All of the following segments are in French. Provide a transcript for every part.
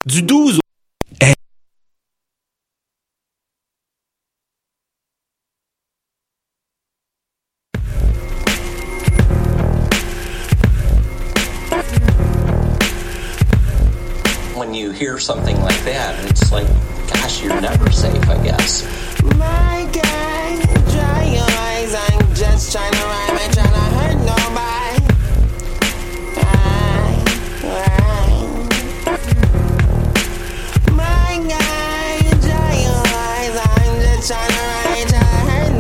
Du 12 When you hear something like that, it's like, gosh, you're never safe, I guess. My guy, dry your eyes, I'm just trying to rhyme and trying to hurt nobody. My guy, dry your eyes, I'm just trying to rhyme and trying to hurt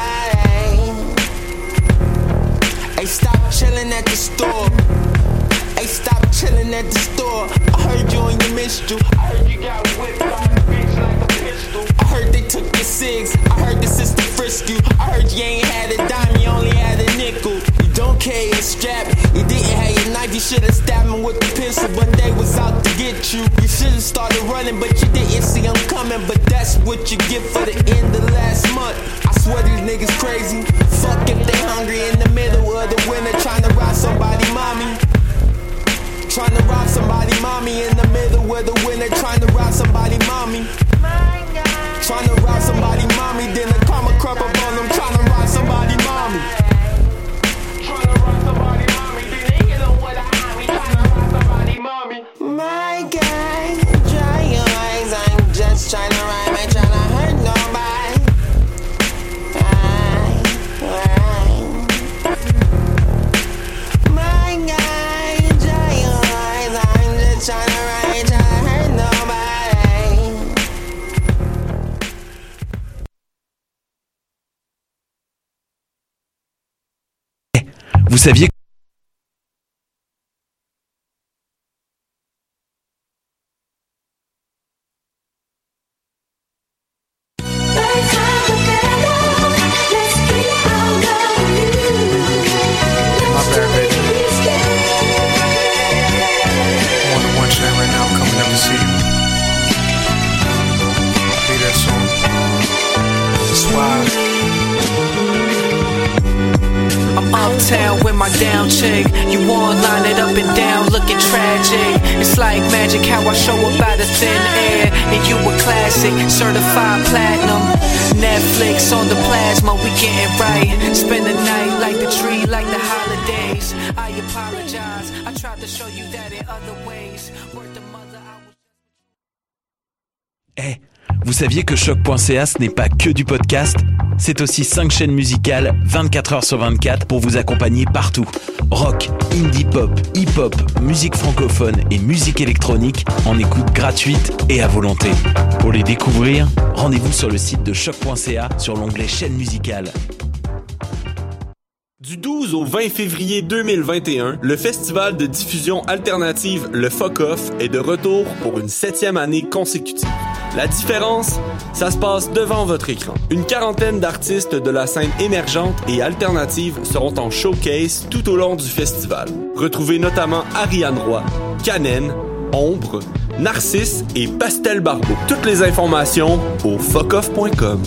nobody. Hey, stop chilling at the store. Hey, stop chilling at the store. I heard you and you missed you. I heard you got whipped by a bitch like a pistol. I heard they took your cigs. I heard the sister frisked you. I heard you ain't had a dime, you only had a nickel. You don't carry a strap. You didn't have your knife, you should've stabbed me with the pistol, but they was out to get you. You should've started running, but you didn't see them coming. But that's what you get for the end of last month. I swear these niggas crazy. Fuck if they hungry in the middle of the winter, trying to rob somebody, mommy. Trying to rob somebody, mommy, in the middle of the winter. Trying to rob somebody, mommy. Trying to rob somebody, mommy. Then the karma crap up on them. Trying to rob somebody, mommy. Trying to rob somebody, mommy. Then they get on what I mean. Trying to rob somebody, mommy. My guy, dry your eyes. I'm just trying to rhyme. I'm trying to hurt nobody. My guy, dry your eyes. I'm just trying to rhyme. Trying to hurt nobody. Vous saviez Uptown with my down chick. You on line it up and down looking tragic. It's like magic how I show up out of thin air. And you a classic, certified platinum. Netflix on the plasma, we getting right. Spend the night like the tree, like the holidays. I apologize, I tried to show you that in other ways. Word to mother, I was... Vous saviez que choc.ca ce n'est pas que du podcast? C'est aussi 5 chaînes musicales 24h sur 24 pour vous accompagner partout. Rock, indie pop, hip-hop, musique francophone et musique électronique en écoute gratuite et à volonté. Pour les découvrir, rendez-vous sur le site de choc.ca sur l'onglet chaîne musicale. Du 12 au 20 février 2021, le festival de diffusion alternative Le Fuck Off est de retour pour une 7e année consécutive. La différence, ça se passe devant votre écran. Une quarantaine d'artistes de la scène émergente et alternative seront en showcase tout au long du festival. Retrouvez notamment Ariane Roy, Kanen, Ombre, Narcisse et Pastel Barbeau. Toutes les informations au fuckoff.com.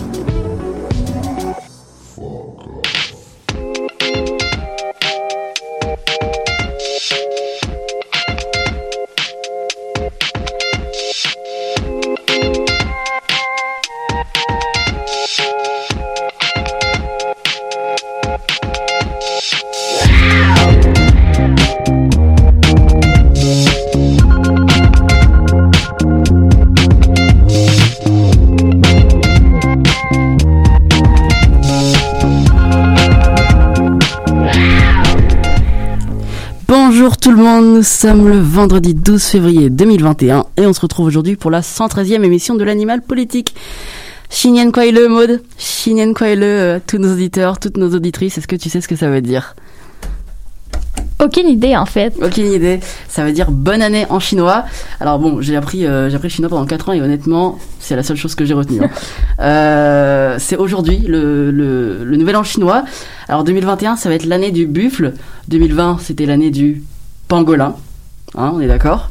Bonjour tout le monde, nous sommes le vendredi 12 février 2021 et on se retrouve aujourd'hui pour la 113e émission de l'Animal Politique. Shinyan Kwaile, Maud, Shinyan Kwaile, tous nos auditeurs, toutes nos auditrices, est-ce que tu sais ce que ça veut dire? Aucune idée en fait. Aucune idée. Ça veut dire bonne année en chinois. Alors bon, j'ai appris le chinois pendant 4 ans et honnêtement, c'est la seule chose que j'ai retenue. C'est aujourd'hui le nouvel an chinois. Alors 2021, ça va être l'année du buffle. 2020, c'était l'année du pangolin. Hein, on est d'accord.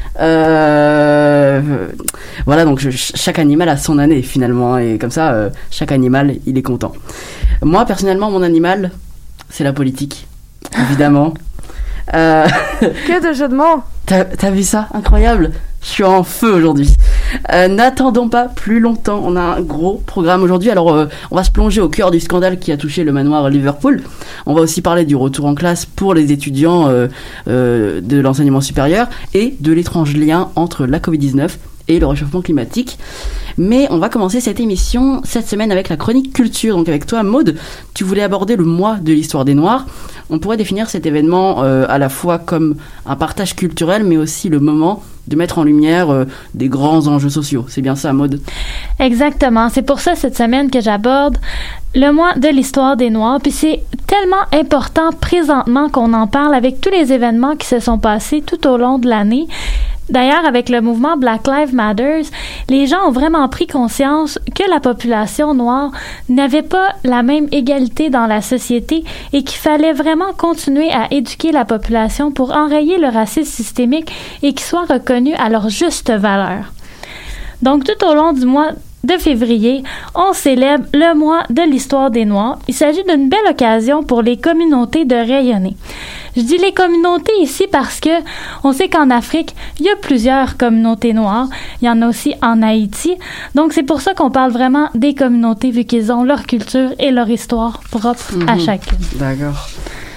Voilà, donc chaque animal a son année finalement et comme ça, chaque animal, il est content. Moi, personnellement, mon animal, c'est la politique, évidemment. Que de jeux de mots. T'as vu ça? Incroyable. Je suis en feu aujourd'hui. N'attendons pas plus longtemps. On a un gros programme aujourd'hui. Alors, on va se plonger au cœur du scandale qui a touché le manoir Liverpool. On va aussi parler du retour en classe pour les étudiants de l'enseignement supérieur et de l'étrange lien entre la Covid-19 et le réchauffement climatique. Mais on va commencer cette émission cette semaine avec la chronique culture. Donc avec toi, Maude, tu voulais aborder le mois de l'histoire des Noirs. On pourrait définir cet événement à la fois comme un partage culturel, mais aussi le moment de mettre en lumière des grands enjeux sociaux. C'est bien ça, Maude? Exactement. C'est pour ça cette semaine que j'aborde le mois de l'histoire des Noirs. Puis c'est tellement important présentement qu'on en parle avec tous les événements qui se sont passés tout au long de l'année. D'ailleurs, avec le mouvement Black Lives Matter, les gens ont vraiment pris conscience que la population noire n'avait pas la même égalité dans la société et qu'il fallait vraiment continuer à éduquer la population pour enrayer le racisme systémique et qu'ils soient reconnus à leur juste valeur. Donc, tout au long du mois de février, on célèbre le mois de l'histoire des Noirs. Il s'agit d'une belle occasion pour les communautés de rayonner. Je dis les communautés ici parce que on sait qu'en Afrique, il y a plusieurs communautés noires. Il y en a aussi en Haïti. Donc, c'est pour ça qu'on parle vraiment des communautés vu qu'ils ont leur culture et leur histoire propre à chacune. D'accord.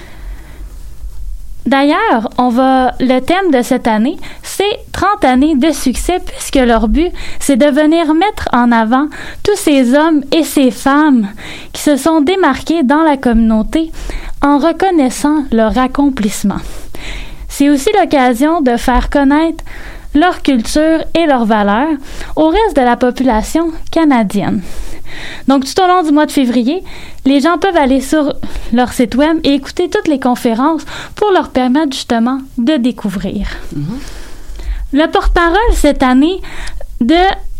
D'ailleurs, le thème de cette année, c'est 30 années de succès puisque leur but, c'est de venir mettre en avant tous ces hommes et ces femmes qui se sont démarqués dans la communauté en reconnaissant leur accomplissement. C'est aussi l'occasion de faire connaître leur culture et leurs valeurs au reste de la population canadienne. Donc, tout au long du mois de février, les gens peuvent aller sur leur site web et écouter toutes les conférences pour leur permettre justement de découvrir. Le porte-parole cette année du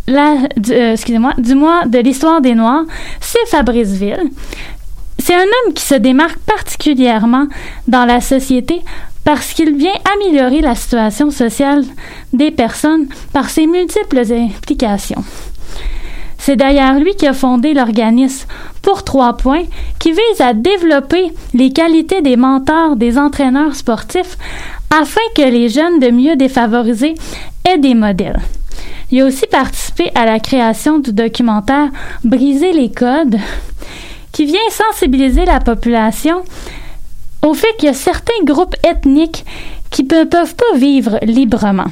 mois de l'histoire des Noirs, c'est Fabrice Ville. C'est un homme qui se démarque particulièrement dans la société parce qu'il vient améliorer la situation sociale des personnes par ses multiples implications. C'est d'ailleurs lui qui a fondé l'organisme Pour 3 points, qui vise à développer les qualités des mentors, des entraîneurs sportifs, afin que les jeunes de milieux défavorisés aient des modèles. Il a aussi participé à la création du documentaire Briser les codes, qui vient sensibiliser la population au fait qu'il y a certains groupes ethniques qui ne peuvent pas vivre librement.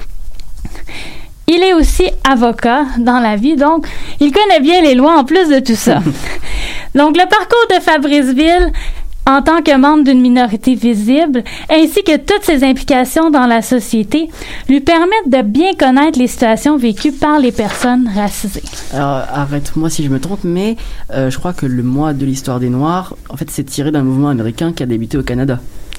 Il est aussi avocat dans la vie, donc il connaît bien les lois en plus de tout ça. Donc, le parcours de Fabrice Ville en tant que membre d'une minorité visible, ainsi que toutes ses implications dans la société, lui permettent de bien connaître les situations vécues par les personnes racisées. Alors, arrête-moi si je me trompe, mais je crois que le mois de l'histoire des Noirs, en fait, c'est tiré d'un mouvement américain qui a débuté au Canada.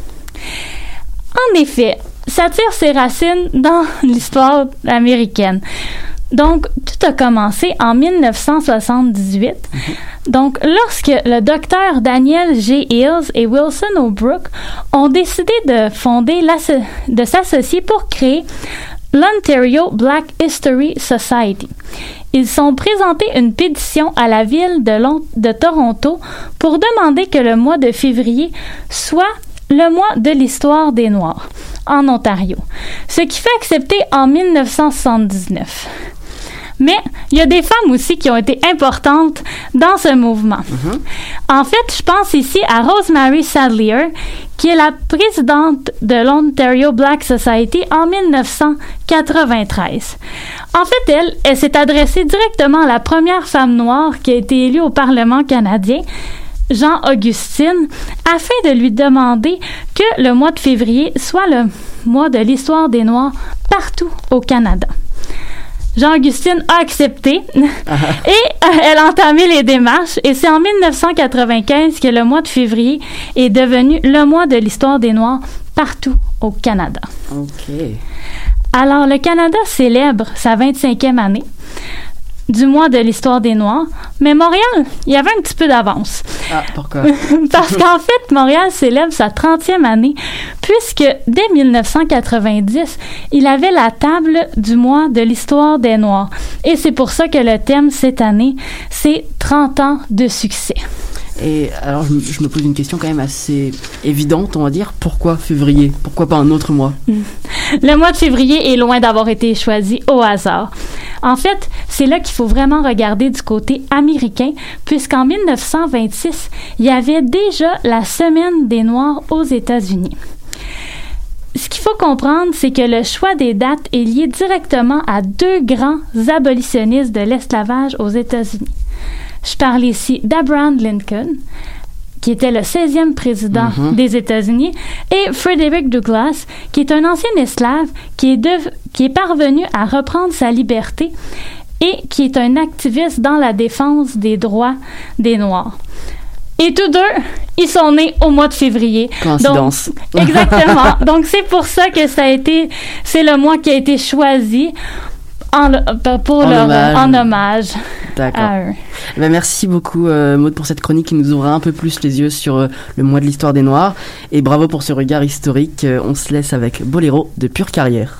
En effet, ça tire ses racines dans l'histoire américaine. Donc, tout a commencé en 1978. Donc, lorsque le docteur Daniel G. Hills et Wilson O'Brooke ont décidé de s'associer pour créer l'Ontario Black History Society. Ils sont présentés une pétition à la ville de Toronto pour demander que le mois de février soit le mois de l'histoire des Noirs en Ontario, ce qui fait accepter en 1979. Mais il y a des femmes aussi qui ont été importantes dans ce mouvement. En fait, je pense ici à Rosemary Sadlier, qui est la présidente de l'Ontario Black Society en 1993. En fait, elle s'est adressée directement à la première femme noire qui a été élue au Parlement canadien, Jean-Augustine, afin de lui demander que le mois de février soit le mois de l'histoire des Noirs partout au Canada. Jean-Augustine a accepté et elle a entamé les démarches et c'est en 1995 que le mois de février est devenu le mois de l'histoire des Noirs partout au Canada. OK. Alors, le Canada célèbre sa 25e année du mois de l'histoire des Noirs, mais Montréal, il y avait un petit peu d'avance. Ah, pourquoi? Parce qu'en fait, Montréal célèbre sa 30e année, puisque dès 1990, il avait la table du mois de l'histoire des Noirs. Et c'est pour ça que le thème cette année, c'est 30 ans de succès. Et alors, je me pose une question quand même assez évidente, on va dire. Pourquoi février? Pourquoi pas un autre mois? Le mois de février est loin d'avoir été choisi au hasard. En fait, c'est là qu'il faut vraiment regarder du côté américain, puisqu'en 1926, il y avait déjà la Semaine des Noirs aux États-Unis. Ce qu'il faut comprendre, c'est que le choix des dates est lié directement à deux grands abolitionnistes de l'esclavage aux États-Unis. Je parle ici d'Abraham Lincoln, qui était le 16e président des États-Unis, et Frederick Douglass, qui est un ancien esclave qui est parvenu à reprendre sa liberté et qui est un activiste dans la défense des droits des Noirs. Et tous deux, ils sont nés au mois de février. Coïncidence. Donc, exactement. Donc, c'est pour ça que c'est le mois qui a été choisi en hommage à eux. Ben merci beaucoup Maud pour cette chronique qui nous ouvre un peu plus les yeux sur le mois de l'histoire des Noirs. Et bravo pour ce regard historique. On se laisse avec Boléro de Pure Carrière.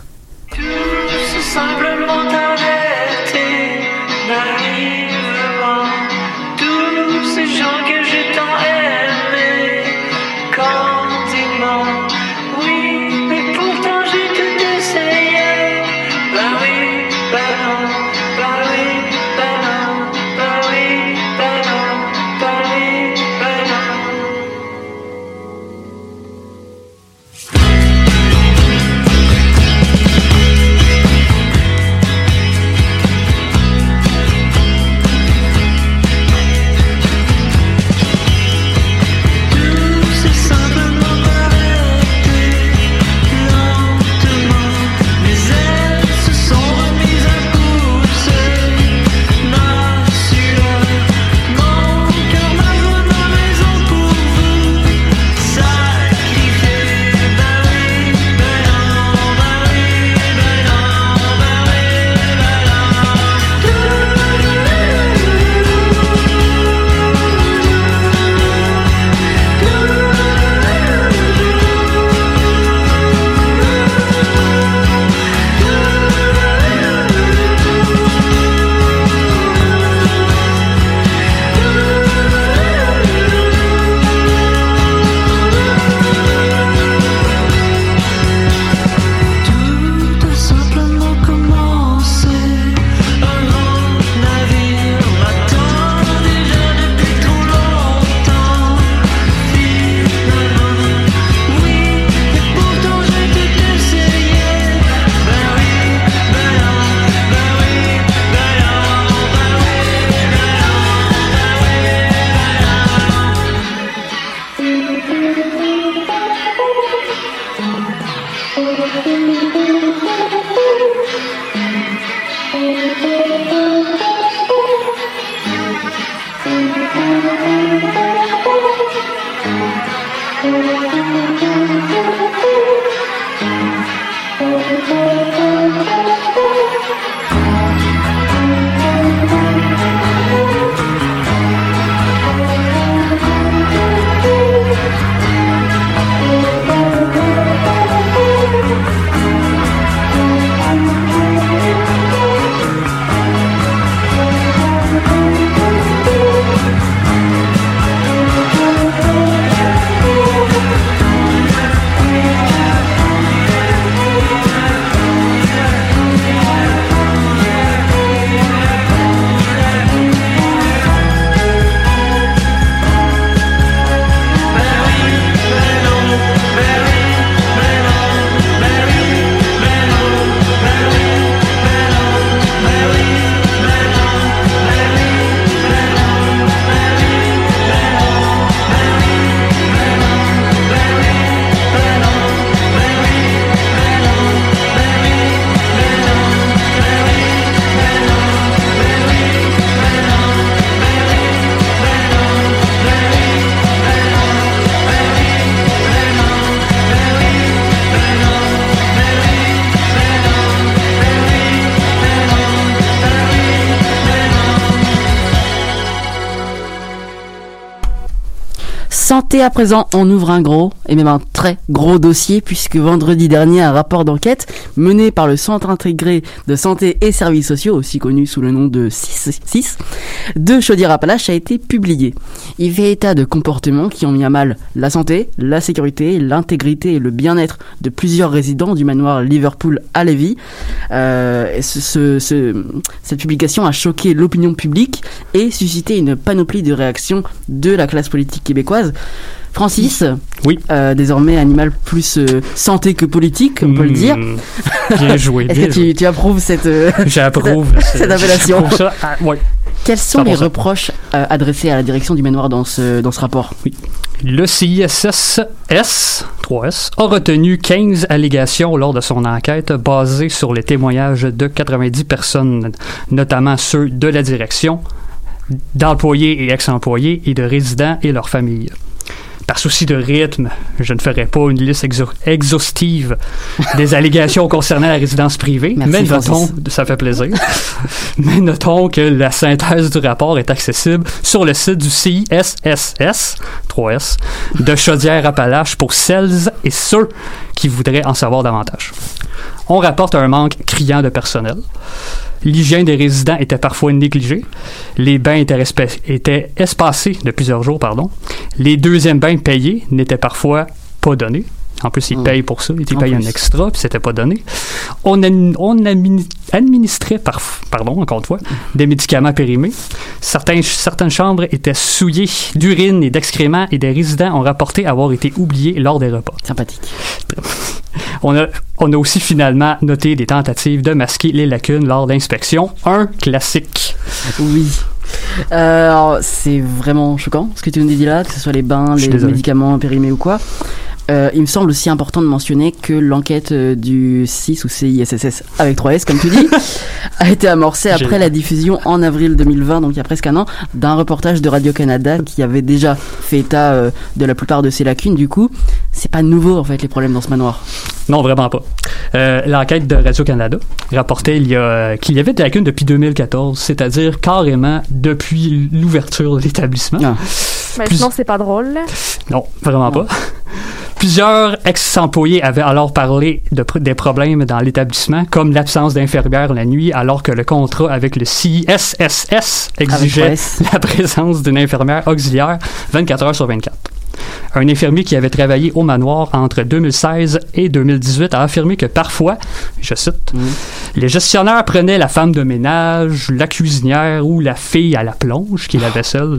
Santé à présent, on ouvre un gros, et même un très gros dossier, puisque vendredi dernier, un rapport d'enquête mené par le Centre intégré de santé et services sociaux, aussi connu sous le nom de CIS, de Chaudière-Appalaches a été publié. Il fait état de comportements qui ont mis à mal la santé, la sécurité, l'intégrité et le bien-être de plusieurs résidents du manoir Liverpool à Lévis. Cette publication a choqué l'opinion publique et suscité une panoplie de réactions de la classe politique québécoise. Francis, oui. Désormais animal plus santé que politique, on peut le dire. Bien joué. Est-ce que tu approuves J'approuve cette appellation? Oui. Quels sont les reproches adressés à la direction du manoir dans ce rapport? Oui. Le CISSS 3S a retenu 15 allégations lors de son enquête basées sur les témoignages de 90 personnes, notamment ceux de la direction, d'employés et ex-employés et de résidents et leurs familles. Par souci de rythme, je ne ferai pas une liste exhaustive des allégations concernant la résidence privée, merci, mais notons, Francis. ça fait plaisir, mais notons que la synthèse du rapport est accessible sur le site du CISSS 3S de Chaudière-Appalaches pour celles et ceux qui voudraient en savoir davantage. On rapporte un manque criant de personnel. L'hygiène des résidents était parfois négligée. Les bains étaient espacés de plusieurs jours, Les deuxièmes bains payés n'étaient parfois pas donnés. En plus, ils payent pour ça. Ils payent un extra, puis c'était pas donné. On administrait, encore une fois, des médicaments périmés. Certaines chambres étaient souillées d'urine et d'excréments et des résidents ont rapporté avoir été oubliés lors des repas. Sympathique. On a aussi finalement noté des tentatives de masquer les lacunes lors d'inspections. Un classique. Oui. Alors, c'est vraiment choquant ce que tu nous dis là, que ce soit les bains, les médicaments périmés ou quoi. Il me semble aussi important de mentionner que l'enquête du CIS ou CISSS avec 3S, comme tu dis, a été amorcée après la diffusion en avril 2020, donc il y a presque un an, d'un reportage de Radio-Canada qui avait déjà fait état de la plupart de ces lacunes. Du coup, c'est pas nouveau en fait les problèmes dans ce manoir. Non, vraiment pas. L'enquête de Radio-Canada rapportait qu'il y avait des lacunes depuis 2014, c'est-à-dire carrément depuis l'ouverture de l'établissement. Ah. Mais sinon, c'est pas drôle. Non, vraiment pas. Plusieurs ex-employés avaient alors parlé des problèmes dans l'établissement, comme l'absence d'infirmières la nuit, alors que le contrat avec le CISSS exigeait la présence d'une infirmière auxiliaire 24 heures sur 24. Un infirmier qui avait travaillé au manoir entre 2016 et 2018 a affirmé que parfois, je cite, les gestionnaires prenaient la femme de ménage, la cuisinière ou la fille à la plonge, qui est la vaisselle,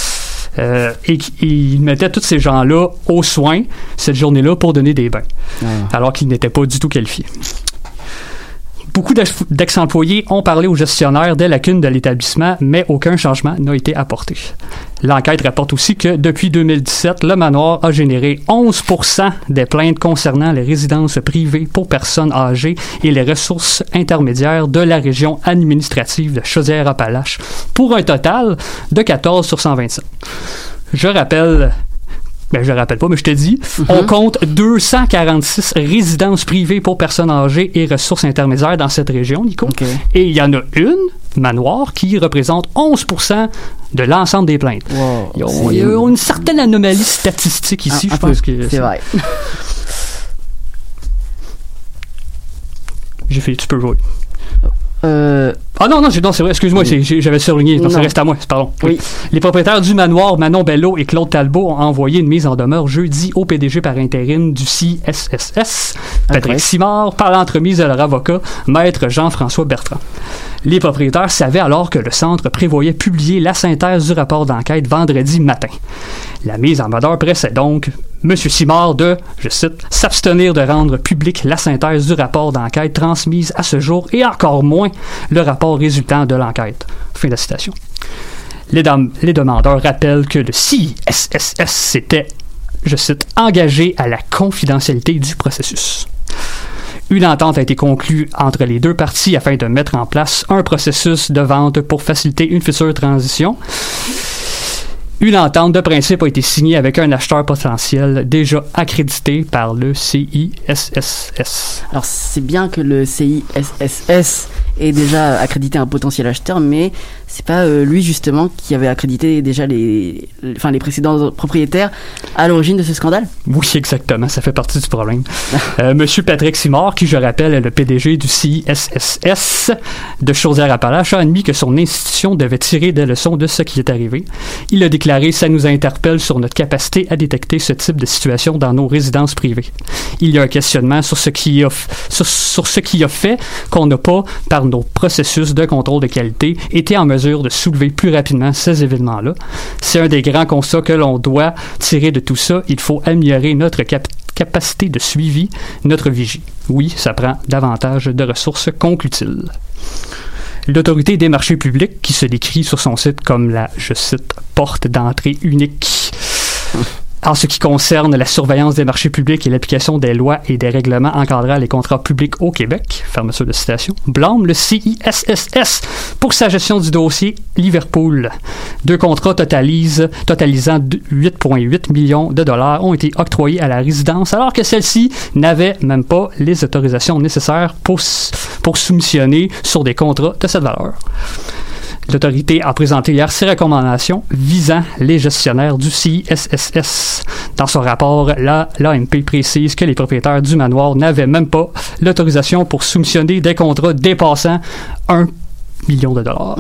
et ils mettaient tous ces gens-là aux soins cette journée-là pour donner des bains, alors qu'ils n'étaient pas du tout qualifiés. Beaucoup d'ex-employés ont parlé aux gestionnaires des lacunes de l'établissement, mais aucun changement n'a été apporté. L'enquête rapporte aussi que depuis 2017, le manoir a généré 11% des plaintes concernant les résidences privées pour personnes âgées et les ressources intermédiaires de la région administrative de Chaudière-Appalaches, pour un total de 14 sur 125. Je rappelle pas, mais je te dis, on compte 246 résidences privées pour personnes âgées et ressources intermédiaires dans cette région, Nico. Okay. Et il y en a une, manoir, qui représente 11% de l'ensemble des plaintes. Wow, il y a une certaine anomalie statistique ici, je pense que c'est vrai. Tu peux jouer. Non, c'est vrai, excuse-moi, j'avais surligné, ça reste à moi, pardon. Oui. Les propriétaires du manoir, Manon Bello et Claude Talbot, ont envoyé une mise en demeure jeudi au PDG par intérim du CISSS, Patrick Simard, par l'entremise de leur avocat, Maître Jean-François Bertrand. Les propriétaires savaient alors que le centre prévoyait publier la synthèse du rapport d'enquête vendredi matin. La mise en demeure pressait donc M. Simard de, je cite, s'abstenir de rendre publique la synthèse du rapport d'enquête transmise à ce jour et encore moins le rapport résultant de l'enquête. Fin de la citation. Les demandeurs rappellent que le CISSS s'était, je cite, engagé à la confidentialité du processus. Une entente a été conclue entre les deux parties afin de mettre en place un processus de vente pour faciliter une future transition. Une entente de principe a été signée avec un acheteur potentiel déjà accrédité par le CISSS. Alors, c'est bien que le CISSS ait déjà accrédité un potentiel acheteur, mais c'est pas lui justement qui avait accrédité déjà les précédents propriétaires à l'origine de ce scandale? Oui, exactement, ça fait partie du problème. Monsieur Patrick Simard, qui je rappelle est le PDG du CISSS de Chaudière-Appalaches, a admis que son institution devait tirer des leçons de ce qui est arrivé. Il a déclaré « Ça nous interpelle sur notre capacité à détecter ce type de situation dans nos résidences privées. Il y a un questionnement sur ce qui a fait qu'on n'a pas, par nos processus de contrôle de qualité, été en mesure de soulever plus rapidement ces événements-là. C'est un des grands constats que l'on doit tirer de tout ça. Il faut améliorer notre capacité de suivi, notre vigie. Oui, ça prend davantage de ressources, conclut-il. » L'Autorité des marchés publics, qui se décrit sur son site comme la, je cite, « porte d'entrée unique », en ce qui concerne la surveillance des marchés publics et l'application des lois et des règlements encadrant les contrats publics au Québec, fermeture de citation, blâme le CISSS pour sa gestion du dossier Liverpool. 2 contrats totalisant 8,8 millions de dollars ont été octroyés à la résidence alors que celle-ci n'avait même pas les autorisations nécessaires pour soumissionner sur des contrats de cette valeur. L'autorité a présenté hier ses recommandations visant les gestionnaires du CISSS. Dans son rapport, l'AMP précise que les propriétaires du manoir n'avaient même pas l'autorisation pour soumissionner des contrats dépassant 1 million de dollars.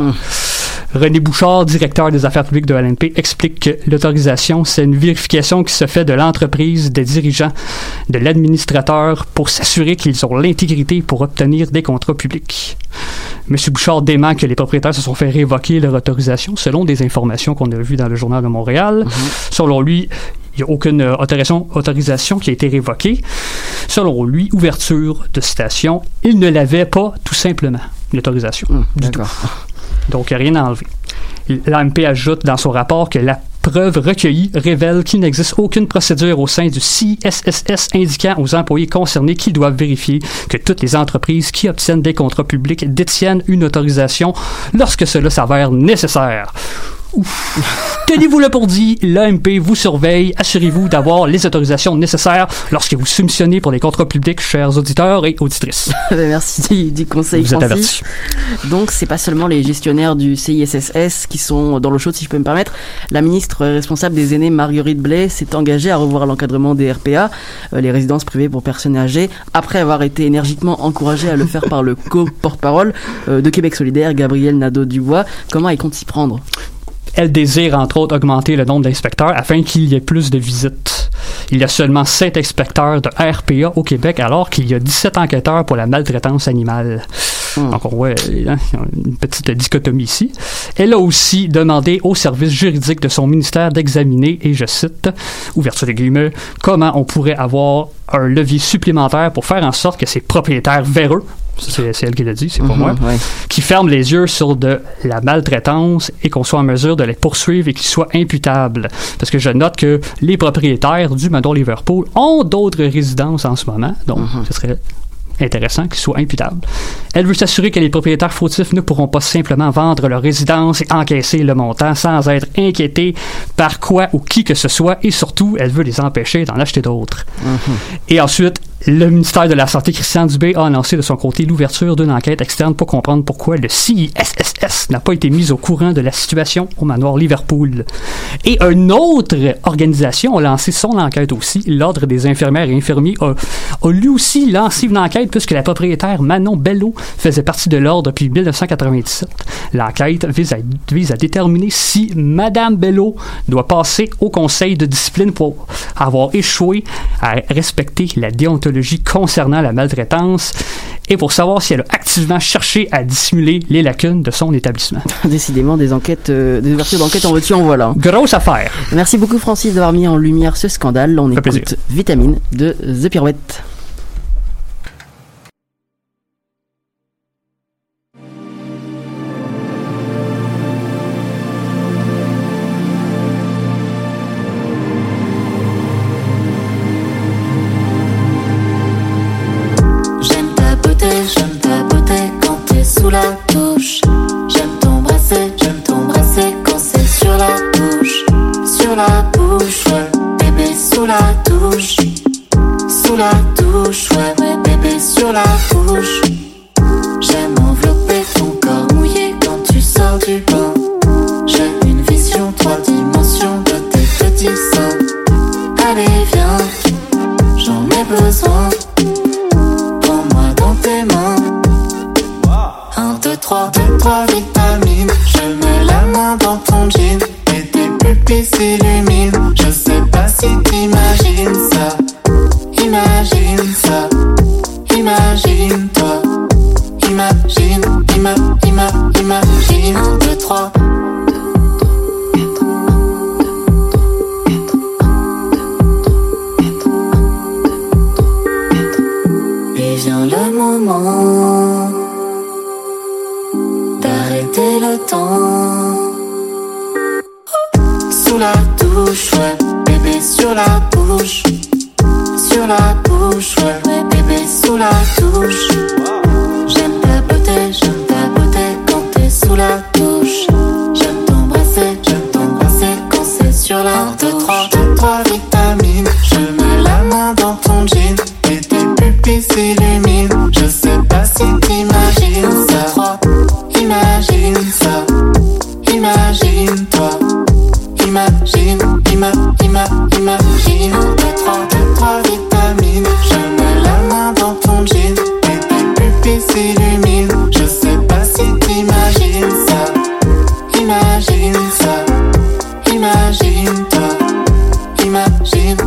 René Bouchard, directeur des affaires publiques de l'AMP, explique que l'autorisation, c'est une vérification qui se fait de l'entreprise, des dirigeants, de l'administrateur pour s'assurer qu'ils ont l'intégrité pour obtenir des contrats publics. M. Bouchard dément que les propriétaires se sont fait révoquer leur autorisation, selon des informations qu'on a vues dans le Journal de Montréal. Selon lui, il n'y a aucune autorisation qui a été révoquée. Selon lui, ouverture de citation, il ne l'avait pas tout simplement, l'autorisation. Du tout. Donc, rien à enlever. L'AMP ajoute dans son rapport que la preuve recueillie révèle qu'il n'existe aucune procédure au sein du CISSS indiquant aux employés concernés qu'ils doivent vérifier que toutes les entreprises qui obtiennent des contrats publics détiennent une autorisation lorsque cela s'avère nécessaire. Tenez-vous-le pour dit, l'AMP vous surveille. Assurez-vous d'avoir les autorisations nécessaires lorsque vous soumissionnez pour des contrats publics, chers auditeurs et auditrices. Merci du conseil, vous Francis. Êtes avertis. Donc, c'est pas seulement les gestionnaires du CISSS qui sont dans l'eau chaude, si je peux me permettre. La ministre responsable des aînés, Marguerite Blais, s'est engagée à revoir l'encadrement des RPA, les résidences privées pour personnes âgées, après avoir été énergiquement encouragée à le faire par le co-porte-parole de Québec solidaire, Gabriel Nadeau-Dubois. Comment elle compte s'y prendre? Elle désire, entre autres, augmenter le nombre d'inspecteurs afin qu'il y ait plus de visites. Il y a seulement 7 inspecteurs de RPA au Québec, alors qu'il y a 17 enquêteurs pour la maltraitance animale. Donc, on voit une petite dichotomie ici. Elle a aussi demandé au service juridique de son ministère d'examiner, et je cite, ouverture des guillemets, comment on pourrait avoir un levier supplémentaire pour faire en sorte que ces propriétaires véreux, c'est elle qui l'a dit, c'est pas moi, qui ferment les yeux sur de la maltraitance et qu'on soit en mesure de les poursuivre et qu'ils soient imputables. Parce que je note que les propriétaires du manoir Liverpool ont d'autres résidences en ce moment, donc ce serait intéressant qu'ils soient imputables. Elle veut s'assurer que les propriétaires fautifs ne pourront pas simplement vendre leur résidence et encaisser le montant sans être inquiétés par quoi ou qui que ce soit, et surtout, elle veut les empêcher d'en acheter d'autres. Et ensuite, le ministère de la Santé, Christian Dubé, a annoncé de son côté l'ouverture d'une enquête externe pour comprendre pourquoi le CISSS n'a pas été mis au courant de la situation au manoir Liverpool. Et une autre organisation a lancé son enquête aussi. L'Ordre des infirmières et infirmiers a lui aussi lancé une enquête puisque la propriétaire Manon Bello faisait partie de l'Ordre depuis 1997. L'enquête vise à déterminer si Madame Bello doit passer au conseil de discipline pour avoir échoué à respecter la déontologie concernant la maltraitance et pour savoir si elle a activement cherché à dissimuler les lacunes de son établissement. Décidément, des ouvertures d'enquête en veux-tu en voilà. Grosse affaire. Merci beaucoup, Francis, d'avoir mis en lumière ce scandale. On écoute plaisir. Vitamine de The Pirouette. J'aime ta beauté quand t'es sous la douche. J'aime t'embrasser quand c'est sur la bouche. Sur la bouche, ouais, bébé sous la douche. Sous la douche, ouais, bébé sur la bouche. J'aime envelopper du pain. J'ai une vision 3 dimensions de tes petits seins. Allez viens, j'en ai besoin. Prends-moi dans tes mains. 1, 2, 3, 2, 3 vitamines. Je mets la main dans ton jean et tes pupilles s'illuminent. Je sais pas si t'imagines ça. Imagine ça. Imagine-toi. Imagine. 1, 2, 3. Et vient le moment d'arrêter le temps. Sous la douche, ouais, bébé sur la bouche. Sur la bouche, ouais, bébé sous la douche. J'aime ta beauté quand t'es sous la douche. J'aime t'embrasser quand c'est sur la douche. 1, 2, 3 vitamines. Je mets la main dans ton jean et tes pupilles s'illuminent. Je sais pas si t'imagines ça. Imagine ça. Imagine-toi. Imagine. 1, 2, 3 vitamines. Je mets la main dans ton jean et tes pupilles s'illuminent. Je sais pas si t'imagines ça. Imagine ça. Imagine-toi. Imagine.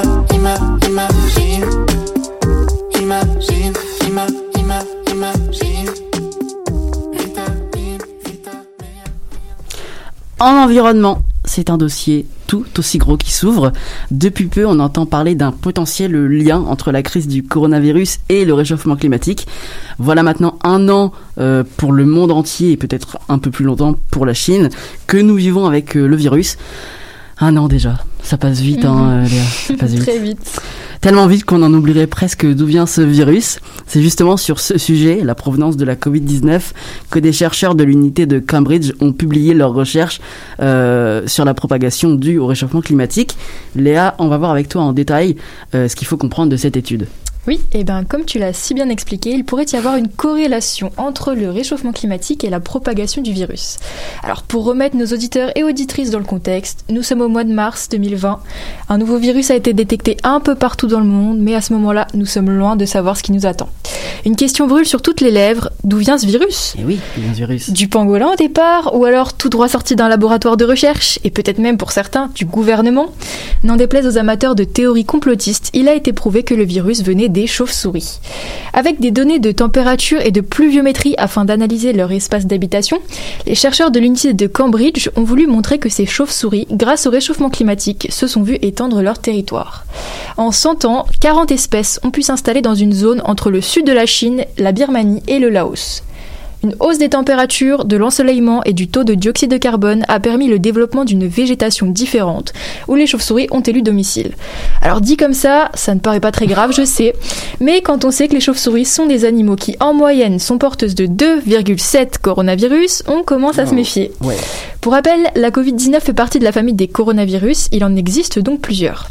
En environnement, c'est un dossier tout aussi gros qui s'ouvre. Depuis peu, on entend parler d'un potentiel lien entre la crise du coronavirus et le réchauffement climatique. Voilà maintenant 1 an pour le monde entier et peut-être un peu plus longtemps pour la Chine que nous vivons avec le virus. 1 an déjà, ça passe vite, Léa, ça passe vite. Très vite. Tellement vite qu'on en oublierait presque d'où vient ce virus. C'est justement sur ce sujet, la provenance de la Covid-19, que des chercheurs de l'unité de Cambridge ont publié leurs recherches sur la propagation due au réchauffement climatique. Léa, on va voir avec toi en détail ce qu'il faut comprendre de cette étude. Oui, et bien comme tu l'as si bien expliqué, il pourrait y avoir une corrélation entre le réchauffement climatique et la propagation du virus. Alors pour remettre nos auditeurs et auditrices dans le contexte, nous sommes au mois de mars 2020. Un nouveau virus a été détecté un peu partout dans le monde, mais à ce moment-là, nous sommes loin de savoir ce qui nous attend. Une question brûle sur toutes les lèvres, d'où vient ce virus ? Eh oui, d'où vient ce virus ? Du pangolin au départ, ou alors tout droit sorti d'un laboratoire de recherche, et peut-être même pour certains, du gouvernement ? N'en déplaise aux amateurs de théories complotistes, il a été prouvé que le virus venait des chauves-souris. Avec des données de température et de pluviométrie afin d'analyser leur espace d'habitation, les chercheurs de l'unité de Cambridge ont voulu montrer que ces chauves-souris, grâce au réchauffement climatique, se sont vues étendre leur territoire. En 100 ans, 40 espèces ont pu s'installer dans une zone entre le sud de la Chine, la Birmanie et le Laos. Une hausse des températures, de l'ensoleillement et du taux de dioxyde de carbone a permis le développement d'une végétation différente, où les chauves-souris ont élu domicile. Alors dit comme ça ne paraît pas très grave, je sais, mais quand on sait que les chauves-souris sont des animaux qui, en moyenne, sont porteuses de 2,7 coronavirus, on commence à se méfier. Ouais. Pour rappel, la Covid-19 fait partie de la famille des coronavirus, il en existe donc plusieurs.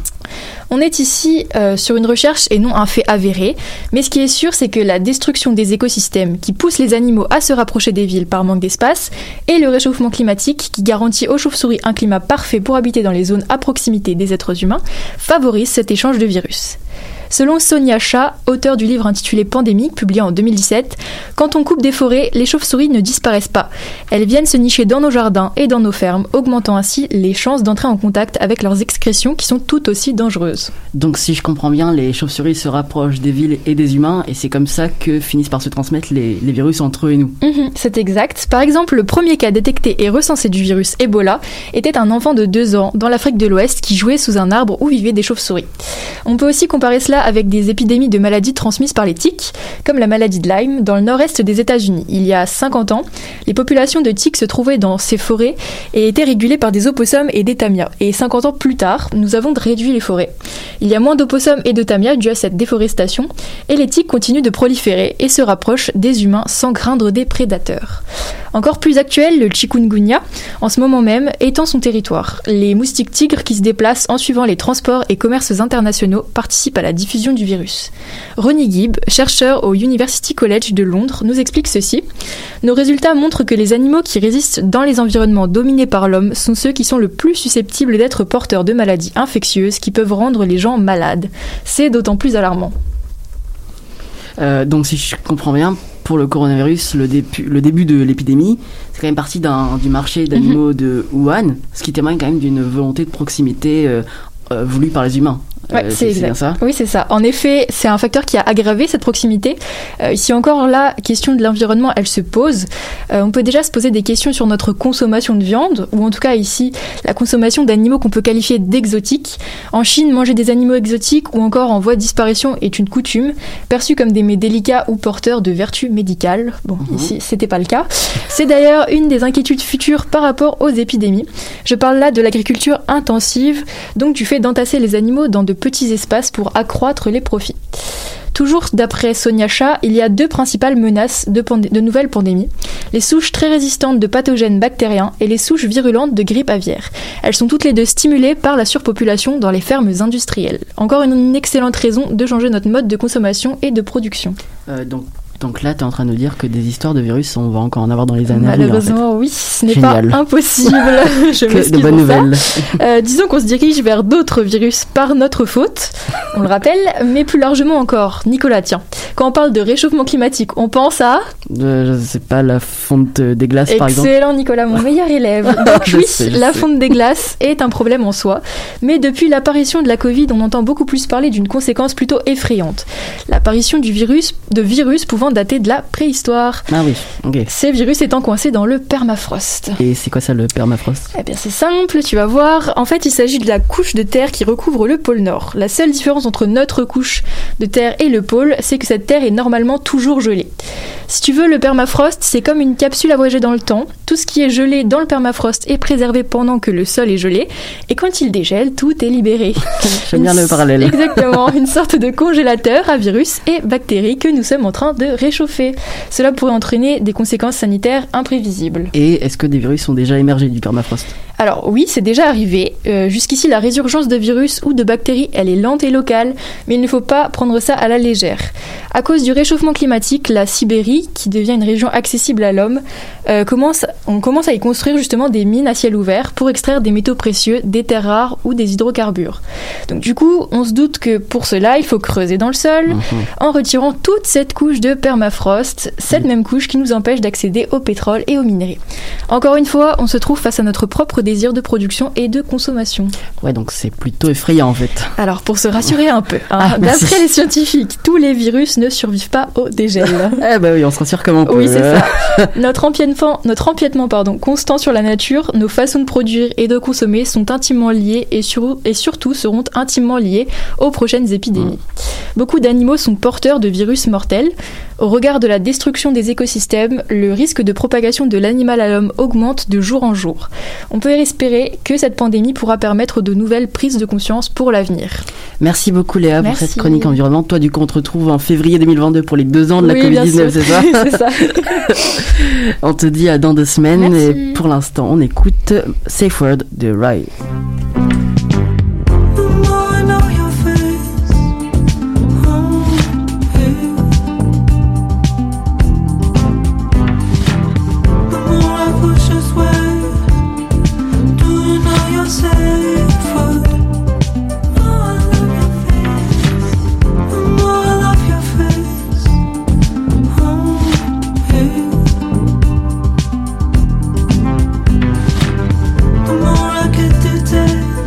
On est ici sur une recherche et non un fait avéré, mais ce qui est sûr, c'est que la destruction des écosystèmes qui pousse les animaux à se rapprocher des villes par manque d'espace et le réchauffement climatique qui garantit aux chauves-souris un climat parfait pour habiter dans les zones à proximité des êtres humains favorisent cet échange de virus. Selon Sonia Shah, auteure du livre intitulé Pandémique, publié en 2017, quand on coupe des forêts, les chauves-souris ne disparaissent pas. Elles viennent se nicher dans nos jardins et dans nos fermes, augmentant ainsi les chances d'entrer en contact avec leurs excrétions qui sont tout aussi dangereuses. Donc si je comprends bien, les chauves-souris se rapprochent des villes et des humains et c'est comme ça que finissent par se transmettre les virus entre eux et nous. C'est exact. Par exemple, le premier cas détecté et recensé du virus Ebola était un enfant de 2 ans dans l'Afrique de l'Ouest qui jouait sous un arbre où vivaient des chauves-souris. On peut aussi comparer cela avec des épidémies de maladies transmises par les tiques, comme la maladie de Lyme dans le nord-est des États-Unis. Il y a 50 ans, les populations de tiques se trouvaient dans ces forêts et étaient régulées par des opossums et des tamias. Et 50 ans plus tard, nous avons réduit les forêts. Il y a moins d'opossums et de tamias dû à cette déforestation, et les tiques continuent de proliférer et se rapprochent des humains sans craindre des prédateurs. Encore plus actuel, le chikungunya, en ce moment même, étend son territoire. Les moustiques tigres qui se déplacent en suivant les transports et commerces internationaux participent à la diffusion diffusion du virus. Ronnie Gibb, chercheur au University College de Londres, nous explique ceci. Nos résultats montrent que les animaux qui résistent dans les environnements dominés par l'homme sont ceux qui sont le plus susceptibles d'être porteurs de maladies infectieuses qui peuvent rendre les gens malades. C'est d'autant plus alarmant. Donc si je comprends bien, pour le coronavirus, le début de l'épidémie, c'est quand même parti du marché d'animaux de Wuhan, ce qui témoigne quand même d'une volonté de proximité voulue par les humains. Ouais, c'est exact. Bien ça. Oui, c'est ça. En effet, c'est un facteur qui a aggravé cette proximité. Ici encore, la question de l'environnement, elle se pose. On peut déjà se poser des questions sur notre consommation de viande, ou en tout cas ici, la consommation d'animaux qu'on peut qualifier d'exotiques. En Chine, manger des animaux exotiques ou encore en voie de disparition est une coutume, perçue comme des mets délicats ou porteurs de vertus médicales. Bon, ici, c'était pas le cas. C'est d'ailleurs une des inquiétudes futures par rapport aux épidémies. Je parle là de l'agriculture intensive, donc du fait d'entasser les animaux dans de petits espaces pour accroître les profits. Toujours d'après Sonia Shah, il y a deux principales menaces de nouvelles pandémies, les souches très résistantes de pathogènes bactériens et les souches virulentes de grippe aviaire. Elles sont toutes les deux stimulées par la surpopulation dans les fermes industrielles. Encore une excellente raison de changer notre mode de consommation et de production. Donc là, tu es en train de nous dire que des histoires de virus, on va encore en avoir dans les années à venir. Malheureusement, oui, ce n'est pas impossible. Je m'excuse de bonnes nouvelles. Disons qu'on se dirige vers d'autres virus par notre faute, on le rappelle, mais plus largement encore. Nicolas, tiens, quand on parle de réchauffement climatique, on pense à... je sais pas, la fonte des glaces, par exemple. Excellent, Nicolas, mon meilleur élève. Donc oui, la fonte des glaces est un problème en soi, mais depuis l'apparition de la Covid, on entend beaucoup plus parler d'une conséquence plutôt effrayante. L'apparition de virus pouvant dater de la préhistoire. Ah oui, ok. Ces virus étant coincés dans le permafrost. Et c'est quoi ça, le permafrost ? Eh bien, c'est simple, tu vas voir. En fait, il s'agit de la couche de terre qui recouvre le pôle Nord. La seule différence entre notre couche de terre et le pôle, c'est que cette terre est normalement toujours gelée. Si tu veux, le permafrost, c'est comme une capsule à voyager dans le temps. Tout ce qui est gelé dans le permafrost est préservé pendant que le sol est gelé. Et quand il dégèle, tout est libéré. J'aime bien le parallèle. Exactement, une sorte de congélateur à virus et bactéries que nous sommes en train de réchauffer. Cela pourrait entraîner des conséquences sanitaires imprévisibles. Et est-ce que des virus sont déjà émergés du permafrost ? Alors oui, c'est déjà arrivé. Jusqu'ici, la résurgence de virus ou de bactéries, elle est lente et locale, mais il ne faut pas prendre ça à la légère. À cause du réchauffement climatique, la Sibérie, qui devient une région accessible à l'homme, on commence à y construire justement des mines à ciel ouvert pour extraire des métaux précieux, des terres rares ou des hydrocarbures. Donc du coup, on se doute que pour cela, il faut creuser dans le sol en retirant toute cette couche de permafrost, cette même couche qui nous empêche d'accéder au pétrole et aux minerais. Encore une fois, on se trouve face à notre propre désir de production et de consommation. Ouais, donc c'est plutôt effrayant en fait. Alors pour se rassurer un peu, d'après les scientifiques, tous les virus ne survivent pas au dégel. Eh ben oui, on se rassure comme on peut. Oui, c'est ça. Notre empiètement constant sur la nature, nos façons de produire et de consommer sont intimement liés et surtout seront intimement liés aux prochaines épidémies. Beaucoup d'animaux sont porteurs de virus mortels. Au regard de la destruction des écosystèmes, le risque de propagation de l'animal à l'homme augmente de jour en jour. On peut espérer que cette pandémie pourra permettre de nouvelles prises de conscience pour l'avenir. Merci beaucoup Léa pour cette chronique environnement. Toi, du coup, on te retrouve en février 2022 pour les 2 ans de la Covid-19, c'est ça ? C'est ça. On te dit à dans 2 semaines. Merci. Et pour l'instant, on écoute Safe Word de Rai. The more I get to take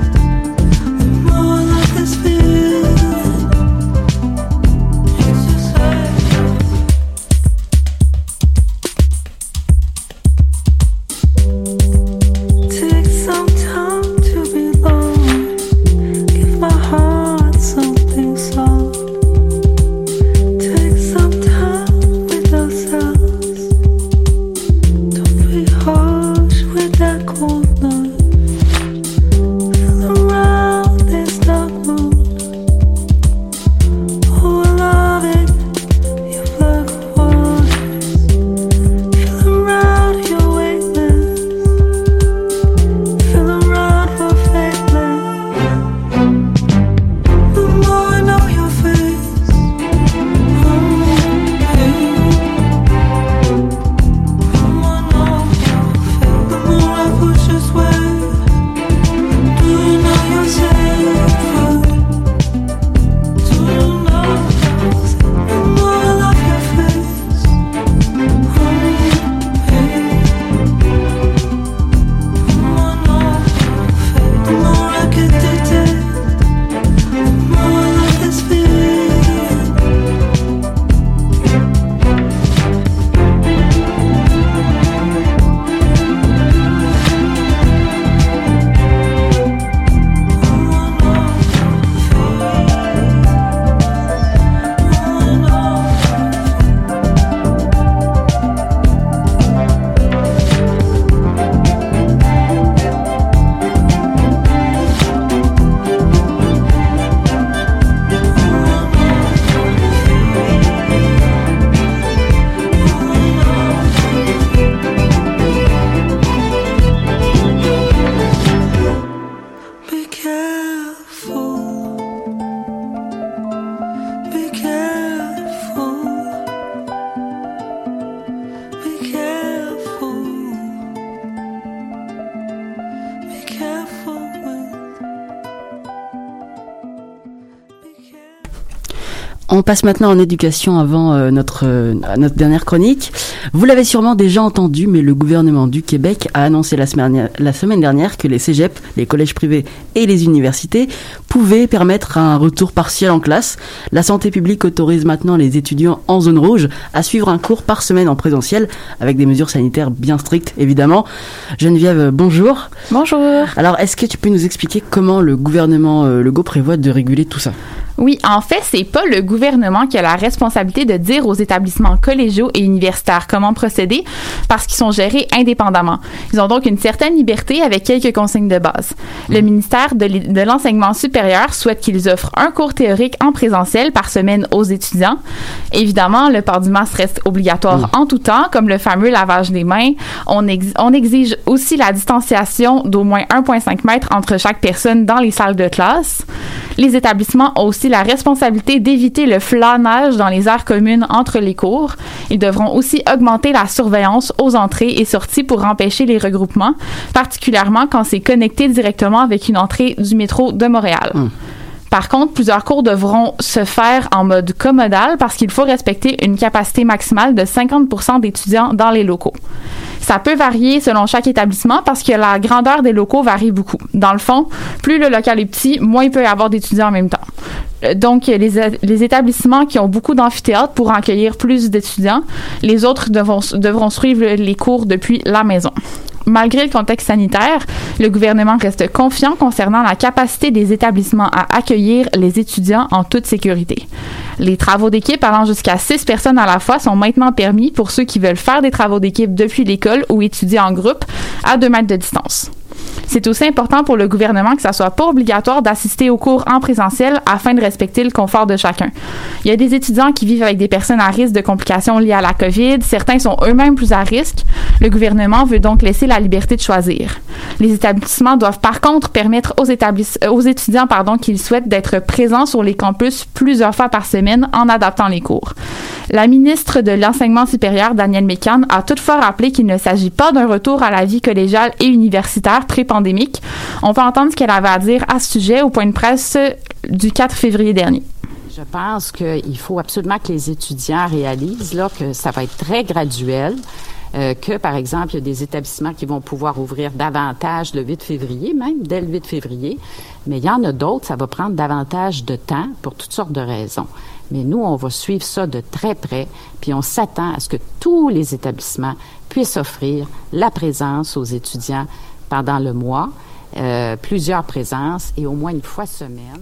On passe maintenant en éducation avant notre dernière chronique. Vous l'avez sûrement déjà entendu, mais le gouvernement du Québec a annoncé la semaine dernière que les cégeps, les collèges privés et les universités pouvaient permettre un retour partiel en classe. La santé publique autorise maintenant les étudiants en zone rouge à suivre un cours par semaine en présentiel avec des mesures sanitaires bien strictes, évidemment. Geneviève, bonjour. Bonjour. Alors, est-ce que tu peux nous expliquer comment le gouvernement Legault prévoit de réguler tout ça? Oui, en fait, c'est pas le gouvernement qui a la responsabilité de dire aux établissements collégiaux et universitaires comment procéder parce qu'ils sont gérés indépendamment. Ils ont donc une certaine liberté avec quelques consignes de base. Le ministère de l'Enseignement supérieur souhaite qu'ils offrent un cours théorique en présentiel par semaine aux étudiants. Évidemment, le port du masque reste obligatoire en tout temps, comme le fameux lavage des mains. On exige aussi la distanciation d'au moins 1,5 mètres entre chaque personne dans les salles de classe. Les établissements ont aussi la responsabilité d'éviter le flânage dans les aires communes entre les cours. Ils devront aussi augmenter la surveillance aux entrées et sorties pour empêcher les regroupements, particulièrement quand c'est connecté directement avec une entrée du métro de Montréal. Par contre, plusieurs cours devront se faire en mode commodal parce qu'il faut respecter une capacité maximale de 50% d'étudiants dans les locaux. Ça peut varier selon chaque établissement parce que la grandeur des locaux varie beaucoup. Dans le fond, plus le local est petit, moins il peut y avoir d'étudiants en même temps. Donc, les établissements qui ont beaucoup d'amphithéâtres pour accueillir plus d'étudiants, les autres devront suivre les cours depuis la maison. Malgré le contexte sanitaire, le gouvernement reste confiant concernant la capacité des établissements à accueillir les étudiants en toute sécurité. Les travaux d'équipe allant jusqu'à 6 personnes à la fois sont maintenant permis pour ceux qui veulent faire des travaux d'équipe depuis l'école ou étudier en groupe à 2 mètres de distance. C'est aussi important pour le gouvernement que ça soit pas obligatoire d'assister aux cours en présentiel afin de respecter le confort de chacun. Il y a des étudiants qui vivent avec des personnes à risque de complications liées à la COVID. Certains sont eux-mêmes plus à risque. Le gouvernement veut donc laisser la liberté de choisir. Les établissements doivent par contre permettre aux étudiants qu'ils souhaitent d'être présents sur les campus plusieurs fois par semaine en adaptant les cours. La ministre de l'Enseignement supérieur, Danielle Mécan, a toutefois rappelé qu'il ne s'agit pas d'un retour à la vie collégiale et universitaire pré-pandémique. On peut entendre ce qu'elle avait à dire à ce sujet au point de presse du 4 février dernier. Je pense qu'il faut absolument que les étudiants réalisent là, que ça va être très graduel. Que, par exemple, il y a des établissements qui vont pouvoir ouvrir davantage le 8 février, même dès le 8 février. Mais il y en a d'autres, ça va prendre davantage de temps pour toutes sortes de raisons. Mais nous, on va suivre ça de très près, puis on s'attend à ce que tous les établissements puissent offrir la présence aux étudiants pendant le mois, plusieurs présences et au moins une fois semaine.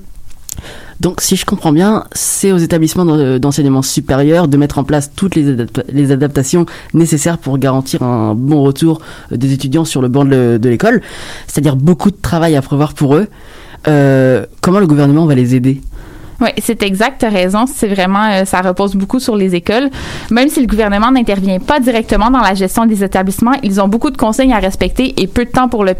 Donc, si je comprends bien, c'est aux établissements d'enseignement supérieur de mettre en place toutes les adaptations nécessaires pour garantir un bon retour des étudiants sur le banc de l'école. C'est-à-dire beaucoup de travail à prévoir pour eux. Comment le gouvernement va les aider? Oui, c'est exact, t'as raison. C'est vraiment, ça repose beaucoup sur les écoles. Même si le gouvernement n'intervient pas directement dans la gestion des établissements, ils ont beaucoup de consignes à respecter et peu de temps pour le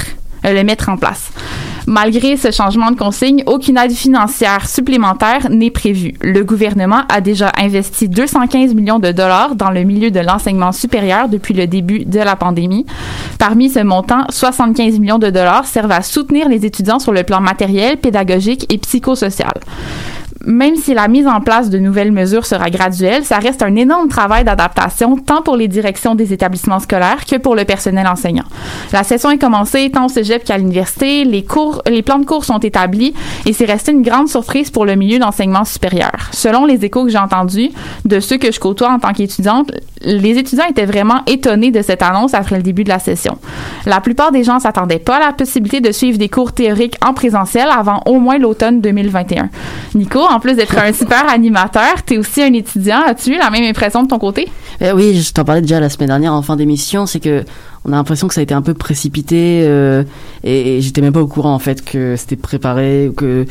mettre en place. Malgré ce changement de consigne, aucune aide financière supplémentaire n'est prévue. Le gouvernement a déjà investi 215 millions de dollars dans le milieu de l'enseignement supérieur depuis le début de la pandémie. Parmi ce montant, 75 millions de dollars servent à soutenir les étudiants sur le plan matériel, pédagogique et psychosocial. Même si la mise en place de nouvelles mesures sera graduelle, ça reste un énorme travail d'adaptation tant pour les directions des établissements scolaires que pour le personnel enseignant. La session est commencée tant au cégep qu'à l'université, les plans de cours sont établis et c'est resté une grande surprise pour le milieu d'enseignement supérieur. Selon les échos que j'ai entendus de ceux que je côtoie en tant qu'étudiante, les étudiants étaient vraiment étonnés de cette annonce après le début de la session. La plupart des gens s'attendaient pas à la possibilité de suivre des cours théoriques en présentiel avant au moins l'automne 2021. Nico, en plus d'être un super animateur, t'es aussi un étudiant. As-tu eu la même impression de ton côté? Oui, je t'en parlais déjà la semaine dernière en fin d'émission. C'est que on a l'impression que ça a été un peu précipité et j'étais même pas au courant en fait que c'était préparé ou que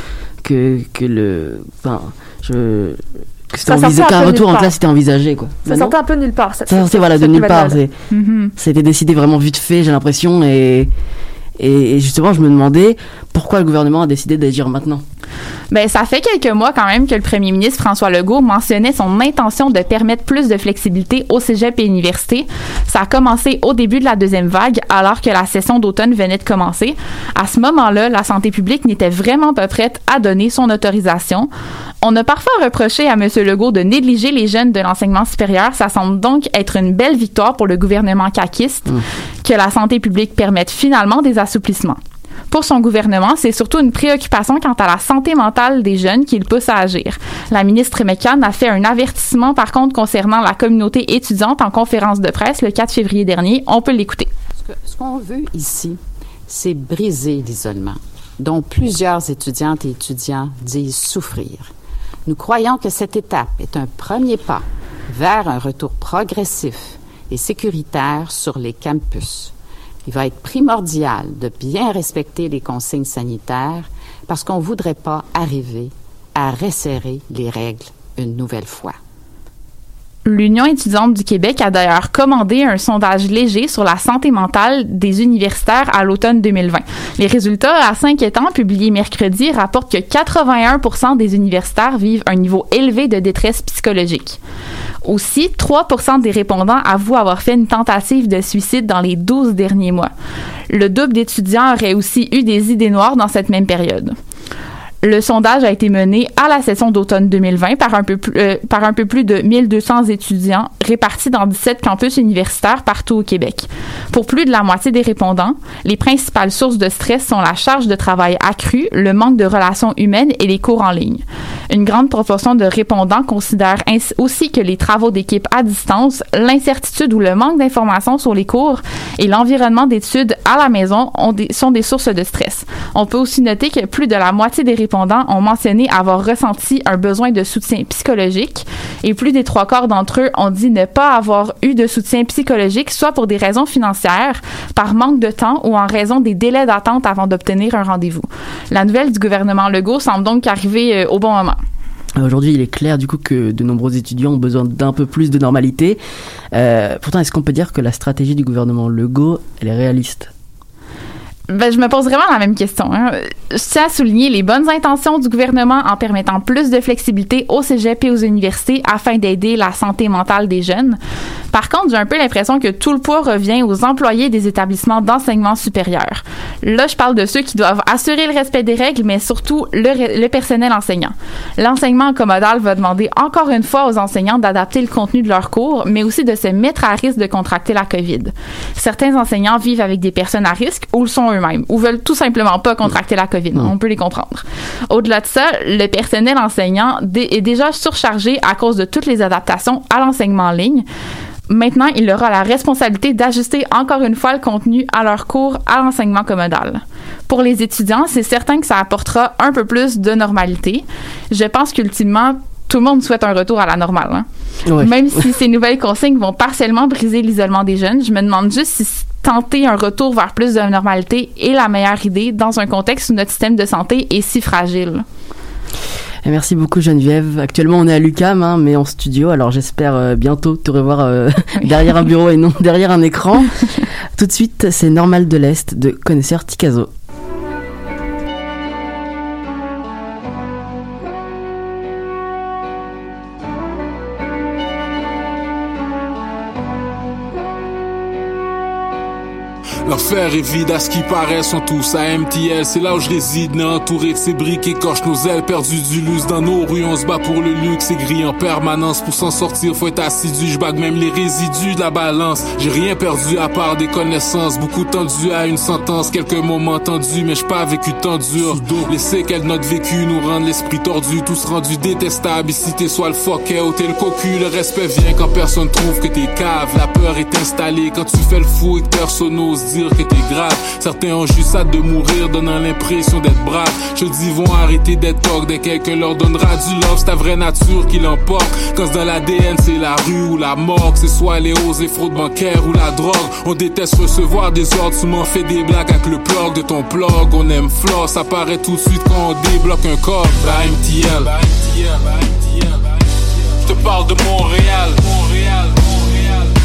qu'un retour en classe était envisagé quoi. Ça sortait un peu nulle part. Ça sortait de nulle part. C'était décidé vraiment vite fait, j'ai l'impression et justement je me demandais pourquoi le gouvernement a décidé d'agir maintenant. Ça fait quelques mois quand même que le premier ministre François Legault mentionnait son intention de permettre plus de flexibilité au cégep et universités. Ça a commencé au début de la deuxième vague, alors que la session d'automne venait de commencer. À ce moment-là, la santé publique n'était vraiment pas prête à donner son autorisation. On a parfois reproché à M. Legault de négliger les jeunes de l'enseignement supérieur. Ça semble donc être une belle victoire pour le gouvernement caquiste que la santé publique permette finalement des assouplissements. Pour son gouvernement, c'est surtout une préoccupation quant à la santé mentale des jeunes qui le pousse à agir. La ministre McCann a fait un avertissement, par contre, concernant la communauté étudiante en conférence de presse le 4 février dernier. On peut l'écouter. Ce qu'on veut ici, c'est briser l'isolement, dont plusieurs étudiantes et étudiants disent souffrir. Nous croyons que cette étape est un premier pas vers un retour progressif et sécuritaire sur les campus. Il va être primordial de bien respecter les consignes sanitaires parce qu'on ne voudrait pas arriver à resserrer les règles une nouvelle fois. L'Union étudiante du Québec a d'ailleurs commandé un sondage léger sur la santé mentale des universitaires à l'automne 2020. Les résultats assez inquiétants publiés mercredi rapportent que 81% des universitaires vivent un niveau élevé de détresse psychologique. Aussi, 3% des répondants avouent avoir fait une tentative de suicide dans les 12 derniers mois. Le double d'étudiants aurait aussi eu des idées noires dans cette même période. Le sondage a été mené à la session d'automne 2020 par un peu plus de 1200 étudiants répartis dans 17 campus universitaires partout au Québec. Pour plus de la moitié des répondants, les principales sources de stress sont la charge de travail accrue, le manque de relations humaines et les cours en ligne. Une grande proportion de répondants considèrent aussi que les travaux d'équipe à distance, l'incertitude ou le manque d'informations sur les cours et l'environnement d'études à la maison sont des sources de stress. On peut aussi noter que plus de la moitié des répondants ont mentionné avoir ressenti un besoin de soutien psychologique et plus des 3/4 d'entre eux ont dit ne pas avoir eu de soutien psychologique, soit pour des raisons financières, par manque de temps ou en raison des délais d'attente avant d'obtenir un rendez-vous. La nouvelle du gouvernement Legault semble donc arriver au bon moment. Aujourd'hui, il est clair du coup que de nombreux étudiants ont besoin d'un peu plus de normalité. Pourtant, est-ce qu'on peut dire que la stratégie du gouvernement Legault, elle est réaliste ? Je me pose vraiment la même question. Je tiens à souligner les bonnes intentions du gouvernement en permettant plus de flexibilité au cégep et aux universités afin d'aider la santé mentale des jeunes. Par contre, j'ai un peu l'impression que tout le poids revient aux employés des établissements d'enseignement supérieur. Là, je parle de ceux qui doivent assurer le respect des règles, mais surtout le personnel enseignant. L'enseignement en commodal va demander encore une fois aux enseignants d'adapter le contenu de leurs cours, mais aussi de se mettre à risque de contracter la COVID. Certains enseignants vivent avec des personnes à risque ou le sont eux-mêmes, ou veulent tout simplement pas contracter la COVID. On peut les comprendre. Au-delà de ça, le personnel enseignant est déjà surchargé à cause de toutes les adaptations à l'enseignement en ligne. Maintenant, il aura la responsabilité d'ajuster encore une fois le contenu à leur cours à l'enseignement commodal. Pour les étudiants, c'est certain que ça apportera un peu plus de normalité. Je pense qu'ultimement, tout le monde souhaite un retour à la normale. Ouais. Même si ces nouvelles consignes vont partiellement briser l'isolement des jeunes, je me demande juste si tenter un retour vers plus de normalité est la meilleure idée dans un contexte où notre système de santé est si fragile. Et merci beaucoup Geneviève. Actuellement on est à l'UQAM mais en studio, alors j'espère bientôt te revoir derrière un bureau et non derrière un écran. Tout de suite c'est Normal de l'Est de Connaisseur Ticazo. L'enfer est vide à ce qui paraît, sont tous à MTL. C'est là où je réside, né entouré de ces briques écorchent nos ailes, perdues du luxe dans nos rues. On se bat pour le luxe, gris en permanence. Pour s'en sortir, faut être assidu. Je bague même les résidus de la balance. J'ai rien perdu à part des connaissances. Beaucoup tendu à une sentence, quelques moments tendus, mais j'ai pas vécu tant dur. Les séquelles de notre vécu nous rendent l'esprit tordu. Tous rendus détestables. Ici t'es soit le fuck out, t'es le cocu. Le respect vient quand personne trouve que t'es cave. La peur est installée quand tu fais le fou et que personne n'ose dire que t'es grave. Certains ont juste hâte de mourir, donnant l'impression d'être brave. Je dis vont arrêter d'être talk dès quelqu'un leur donnera du love. C'est ta vraie nature qui l'emporte. Quand c'est dans l'ADN, c'est la rue ou la morgue. C'est soit les hausses et fraudes bancaires ou la drogue. On déteste recevoir des ordres. Tu m'en fais des blagues avec le plug de ton plug. On aime floss, ça paraît tout de suite quand on débloque un corps. Bah MTL. Je te parle de Montréal. Dans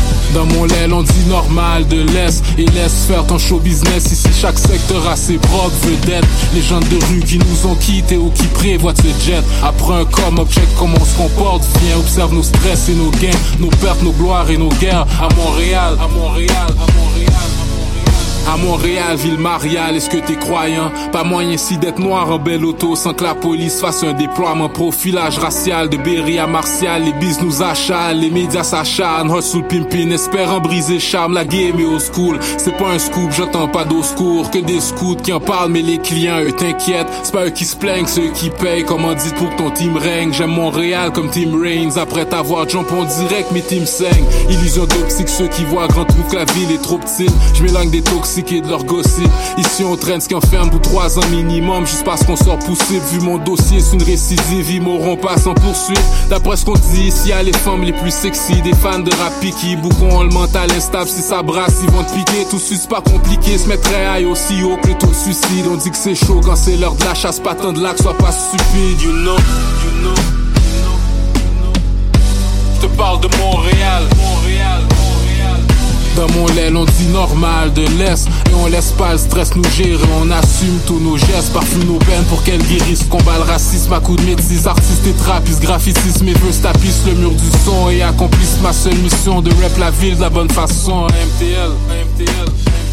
Dans mon lait, on dit normal de laisse et laisse faire ton show business. Ici, chaque secteur a ses propres vedettes. Les gens de rue qui nous ont quittés ou qui prévoient de se jet. Après un come-up, check comment on se comporte. Viens, observe nos stress et nos gains, nos pertes, nos gloires et nos guerres. À Montréal, à Montréal, à Montréal. À Montréal, ville mariale, est-ce que t'es croyant? Pas moyen ici d'être noir en belle auto sans que la police fasse un déploiement. Profilage racial de Berry à Martial. Les bis nous achalent, les médias s'acharnent. Hustle pimpin, espérant briser le charme. La game est au school, c'est pas un scoop, j'entends pas d'au secours. Que des scouts qui en parlent, mais les clients, eux t'inquiètent. C'est pas eux qui se plaignent, c'est eux qui payent. Comment dit pour que ton team règne? J'aime Montréal comme Team Reigns. Après t'avoir jump on direct, mes teams saignent. Illusion d'optique, ceux qui voient grand trouvent que la ville est trop petite. J'm'éloigne des toxiques et de leur gossip. Ici on traîne ce qui enferme pour 3 ans minimum, juste parce qu'on sort poussé. Vu mon dossier, c'est une récidive, ils m'auront pas sans poursuite. D'après ce qu'on dit, ici y'a les femmes les plus sexy, des fans de rap qui beaucoup ont le mental instable. Si ça brasse, ils vont te piquer. Tout suite c'est pas compliqué, se mettre high aussi haut que le taux de suicide. On dit que c'est chaud quand c'est l'heure de la chasse, pas tant de lac, sois pas stupide. You know, you know, you know. Je te parle de Montréal, Montréal. Dans mon lait, on dit normal de laisse et on laisse pas le stress nous gérer. On assume tous nos gestes, parfume nos peines pour qu'elles guérissent. Combat le racisme à coups de métis, artistes et trappistes, graphicisme mes vœux tapissent le mur du son et accomplissent ma seule mission de rap la ville de la bonne façon. MTL, MTL.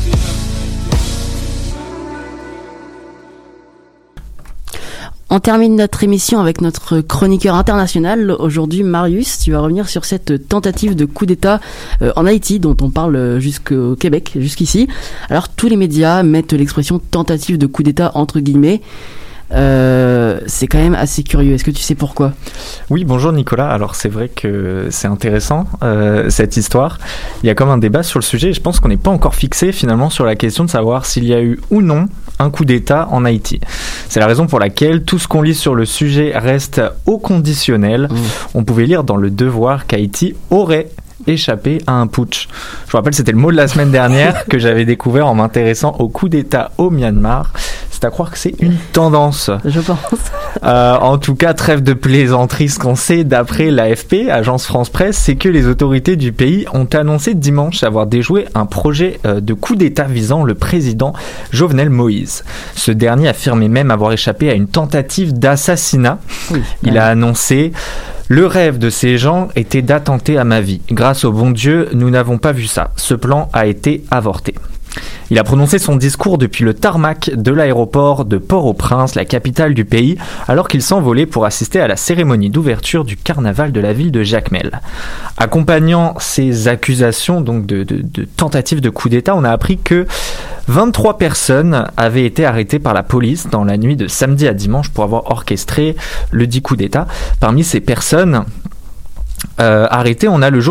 On termine notre émission avec notre chroniqueur international. Aujourd'hui, Marius, tu vas revenir sur cette tentative de coup d'État en Haïti dont on parle jusqu'au Québec, jusqu'ici. Alors, tous les médias mettent l'expression tentative de coup d'État entre guillemets. C'est quand même assez curieux. Est-ce que tu sais pourquoi ? Oui, bonjour Nicolas. Alors c'est vrai que c'est intéressant cette histoire. Il y a comme un débat sur le sujet et je pense qu'on n'est pas encore fixé finalement sur la question de savoir s'il y a eu ou non un coup d'État en Haïti. C'est la raison pour laquelle tout ce qu'on lit sur le sujet reste au conditionnel. On pouvait lire dans Le Devoir qu'Haïti aurait échappé à un putsch. Je vous rappelle, c'était le mot de la semaine dernière que j'avais découvert en m'intéressant au coup d'État au Myanmar. C'est à croire que c'est une tendance. Je pense. En tout cas, trêve de plaisanterie, ce qu'on sait d'après l'AFP, Agence France Presse, c'est que les autorités du pays ont annoncé dimanche avoir déjoué un projet de coup d'État visant le président Jovenel Moïse. Ce dernier affirmait même avoir échappé à une tentative d'assassinat. Oui, il a annoncé: le rêve de ces gens était d'attenter à ma vie. Grâce au bon Dieu, nous n'avons pas vu ça. Ce plan a été avorté. Il a prononcé son discours depuis le tarmac de l'aéroport de Port-au-Prince, la capitale du pays, alors qu'il s'envolait pour assister à la cérémonie d'ouverture du carnaval de la ville de Jacmel. Accompagnant ces accusations donc de tentative de coup d'État, on a appris que 23 personnes avaient été arrêtées par la police dans la nuit de samedi à dimanche pour avoir orchestré le dit coup d'État. Parmi ces personnes arrêté, on a le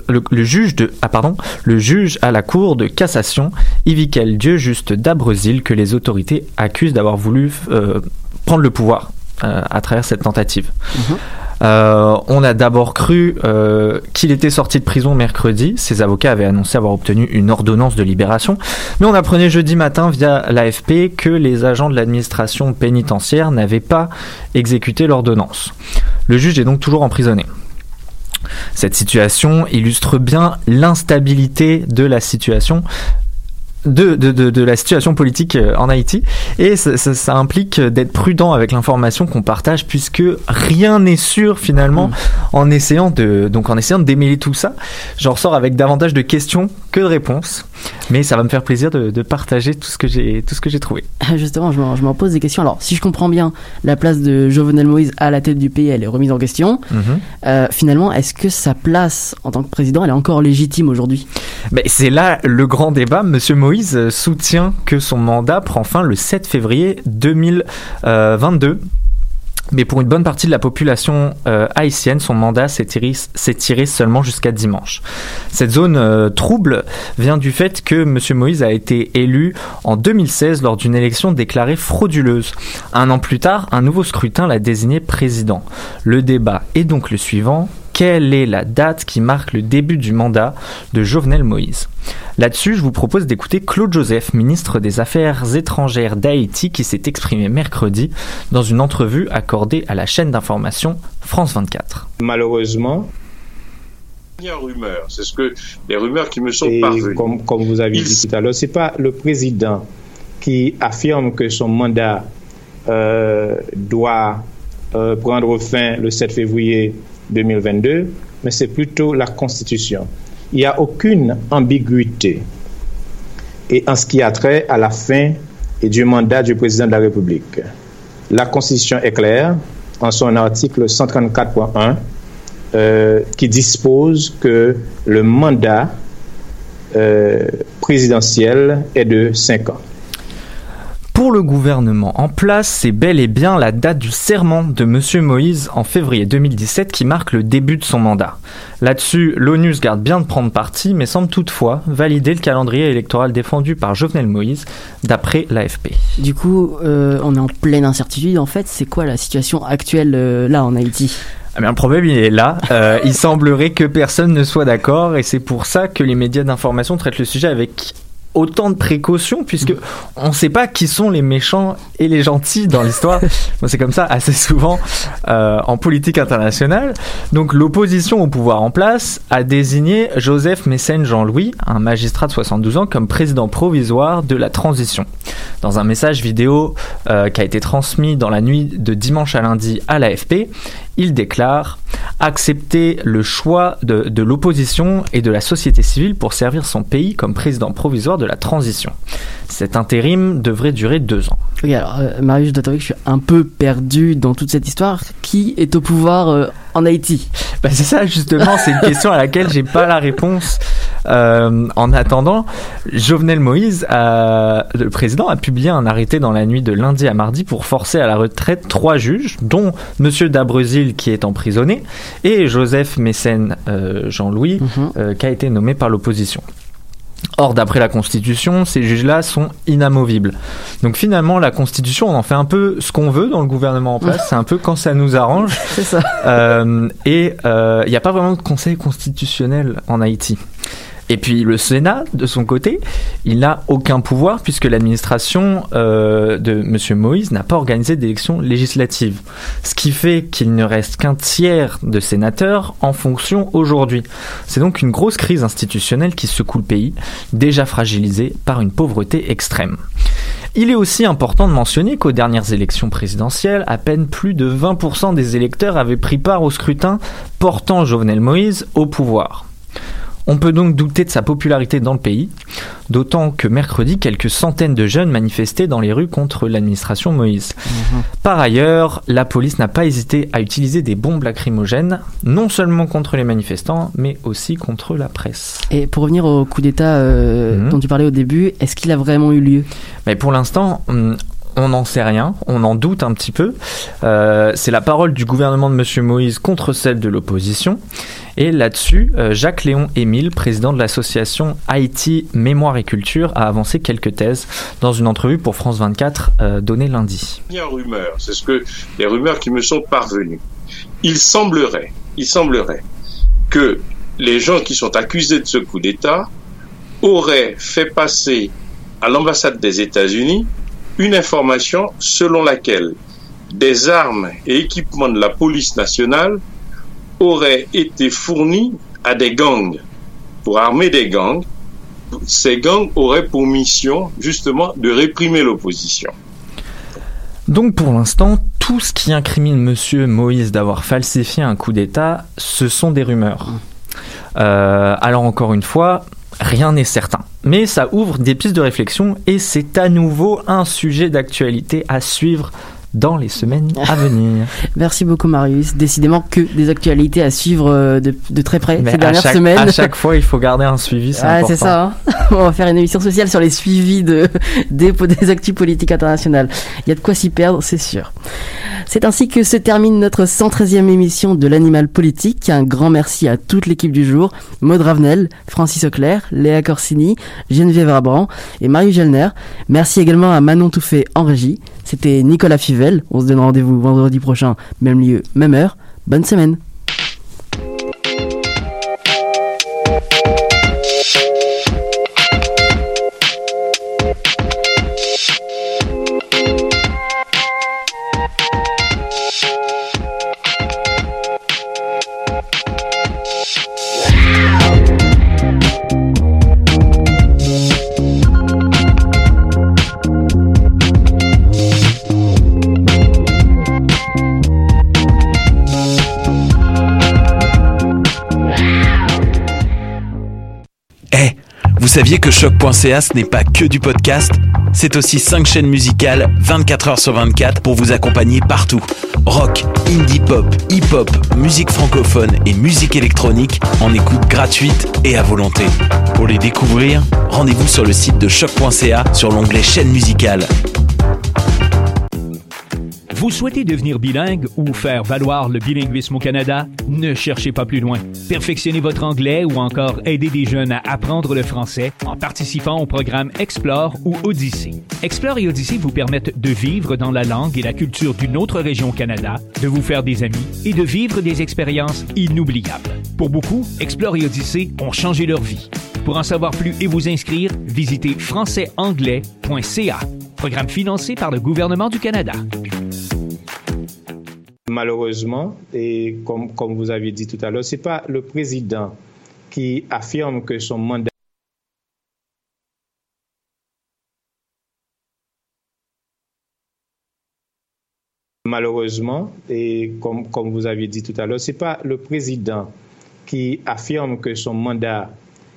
juge à la cour de cassation, Yvikel Dieu-Juste d'Abrezil, que les autorités accusent d'avoir voulu prendre le pouvoir à travers cette tentative. On a d'abord cru qu'il était sorti de prison mercredi. Ses avocats avaient annoncé avoir obtenu une ordonnance de libération, mais on apprenait jeudi matin via l'AFP que les agents de l'administration pénitentiaire n'avaient pas exécuté l'ordonnance. Le juge est donc toujours emprisonné. Cette situation illustre bien l'instabilité de la situation de la situation politique en Haïti, et ça implique d'être prudent avec l'information qu'on partage, puisque rien n'est sûr finalement. En essayant de démêler tout ça, j'en ressors avec davantage de questions que de réponses, mais ça va me faire plaisir de partager tout ce que j'ai trouvé. Justement, je m'en pose des questions. Alors, si je comprends bien, la place de Jovenel Moïse à la tête du pays, elle est remise en question. Finalement, est-ce que sa place en tant que président, elle est encore légitime aujourd'hui ? C'est là le grand débat. Monsieur Moïse soutient que son mandat prend fin le 7 février 2022. Mais pour une bonne partie de la population haïtienne, son mandat s'est tiré seulement jusqu'à dimanche. Cette zone trouble vient du fait que M. Moïse a été élu en 2016 lors d'une élection déclarée frauduleuse. Un an plus tard, un nouveau scrutin l'a désigné président. Le débat est donc le suivant: quelle est la date qui marque le début du mandat de Jovenel Moïse ? Là-dessus, je vous propose d'écouter Claude Joseph, ministre des Affaires étrangères d'Haïti, qui s'est exprimé mercredi dans une entrevue accordée à la chaîne d'information France 24. Malheureusement, Rumeurs, c'est les rumeurs qui me sont parvenues. Comme vous avez dit tout à l'heure, c'est pas le président qui affirme que son mandat doit prendre fin le 7 février 2022, mais c'est plutôt la Constitution. Il n'y a aucune ambiguïté et en ce qui a trait à la fin du mandat du président de la République. La Constitution est claire en son article 134.1 qui dispose que le mandat présidentiel est de 5 ans. Pour le gouvernement en place, c'est bel et bien la date du serment de M. Moïse en février 2017 qui marque le début de son mandat. Là-dessus, l'ONU se garde bien de prendre parti, mais semble toutefois valider le calendrier électoral défendu par Jovenel Moïse, d'après l'AFP. Du coup, on est en pleine incertitude. En fait, c'est quoi la situation actuelle là en Haïti ? Ah bien, le problème, il est là. Il semblerait que personne ne soit d'accord, et c'est pour ça que les médias d'information traitent le sujet avec autant de précautions, puisque on ne sait pas qui sont les méchants et les gentils dans l'histoire. Bon, c'est comme ça assez souvent en politique internationale. Donc l'opposition au pouvoir en place a désigné Joseph Mécène Jean-Louis, un magistrat de 72 ans, comme président provisoire de la transition. Dans un message vidéo qui a été transmis dans la nuit de dimanche à lundi à l'AFP, il déclare accepter le choix de l'opposition et de la société civile pour servir son pays comme président provisoire de la transition. Cet intérim devrait durer 2 ans. Oui, alors, Marius, je dois t'avouer que je suis un peu perdu dans toute cette histoire. Qui est au pouvoir en Haïti ? Bah c'est ça, justement, c'est une question à laquelle j'ai pas la réponse. En attendant, Jovenel Moïse, le président, a publié un arrêté dans la nuit de lundi à mardi pour forcer à la retraite 3 juges, dont M. Dabreusil qui est emprisonné, et Joseph Mécène Jean-Louis, qui a été nommé par l'opposition. Or, d'après la Constitution, ces juges-là sont inamovibles. Donc finalement, la Constitution, on en fait un peu ce qu'on veut dans le gouvernement en place. C'est un peu quand ça nous arrange. C'est ça. Et il n'y a pas vraiment de conseil constitutionnel en Haïti. Et puis le Sénat, de son côté, il n'a aucun pouvoir puisque l'administration de M. Moïse n'a pas organisé d'élections législatives. Ce qui fait qu'il ne reste qu'un tiers de sénateurs en fonction aujourd'hui. C'est donc une grosse crise institutionnelle qui secoue le pays, déjà fragilisé par une pauvreté extrême. Il est aussi important de mentionner qu'aux dernières élections présidentielles, à peine plus de 20% des électeurs avaient pris part au scrutin portant Jovenel Moïse au pouvoir. On peut donc douter de sa popularité dans le pays, d'autant que mercredi, quelques centaines de jeunes manifestaient dans les rues contre l'administration Moïse. Par ailleurs, la police n'a pas hésité à utiliser des bombes lacrymogènes, non seulement contre les manifestants, mais aussi contre la presse. Et pour revenir au coup d'État dont tu parlais au début, est-ce qu'il a vraiment eu lieu ? Mais pour l'instant, on n'en sait rien, on en doute un petit peu. C'est la parole du gouvernement de M. Moïse contre celle de l'opposition. Et là-dessus, Jacques-Léon Émile, président de l'association Haïti Mémoire et Culture, a avancé quelques thèses dans une entrevue pour France 24 donnée lundi. Il y a une rumeur, c'est les rumeurs qui me sont parvenues. Il semblerait que les gens qui sont accusés de ce coup d'État auraient fait passer à l'ambassade des États-Unis une information selon laquelle des armes et équipements de la police nationale auraient été fournis à des gangs, pour armer des gangs. Ces gangs auraient pour mission, justement, de réprimer l'opposition. Donc pour l'instant, tout ce qui incrimine M. Moïse d'avoir falsifié un coup d'État, ce sont des rumeurs. Alors encore une fois, rien n'est certain. Mais ça ouvre des pistes de réflexion et c'est à nouveau un sujet d'actualité à suivre dans les semaines à venir. Merci beaucoup Marius. Décidément que des actualités à suivre de très près ces dernières semaines. À chaque fois, il faut garder un suivi, c'est important. C'est ça. Hein. On va faire une émission sociale sur les suivis des actus politiques internationales. Il y a de quoi s'y perdre, c'est sûr. C'est ainsi que se termine notre 113e émission de l'Animal Politique. Un grand merci à toute l'équipe du jour. Maud Ravenel, Francis Auclair, Léa Corsini, Geneviève Rabran et Marius Gellner. Merci également à Manon Touffet en régie. C'était Nicolas Fivel. On se donne rendez-vous vendredi prochain, même lieu, même heure. Bonne semaine. Vous saviez que choc.ca ce n'est pas que du podcast? C'est aussi 5 chaînes musicales 24 heures sur 24 pour vous accompagner partout. Rock, indie pop, hip-hop, musique francophone et musique électronique en écoute gratuite et à volonté. Pour les découvrir, rendez-vous sur le site de choc.ca sur l'onglet chaîne musicale. Vous souhaitez devenir bilingue ou faire valoir le bilinguisme au Canada? Ne cherchez pas plus loin. Perfectionnez votre anglais ou encore aidez des jeunes à apprendre le français en participant au programme Explore ou Odyssée. Explore et Odyssée vous permettent de vivre dans la langue et la culture d'une autre région au Canada, de vous faire des amis et de vivre des expériences inoubliables. Pour beaucoup, Explore et Odyssée ont changé leur vie. Pour en savoir plus et vous inscrire, visitez françaisanglais.ca. Programme financé par le gouvernement du Canada. Malheureusement, et comme vous aviez dit tout à l'heure, ce n'est pas le président qui affirme que son mandat Malheureusement, et comme vous aviez dit tout à l'heure, ce n'est pas le président qui affirme que son mandat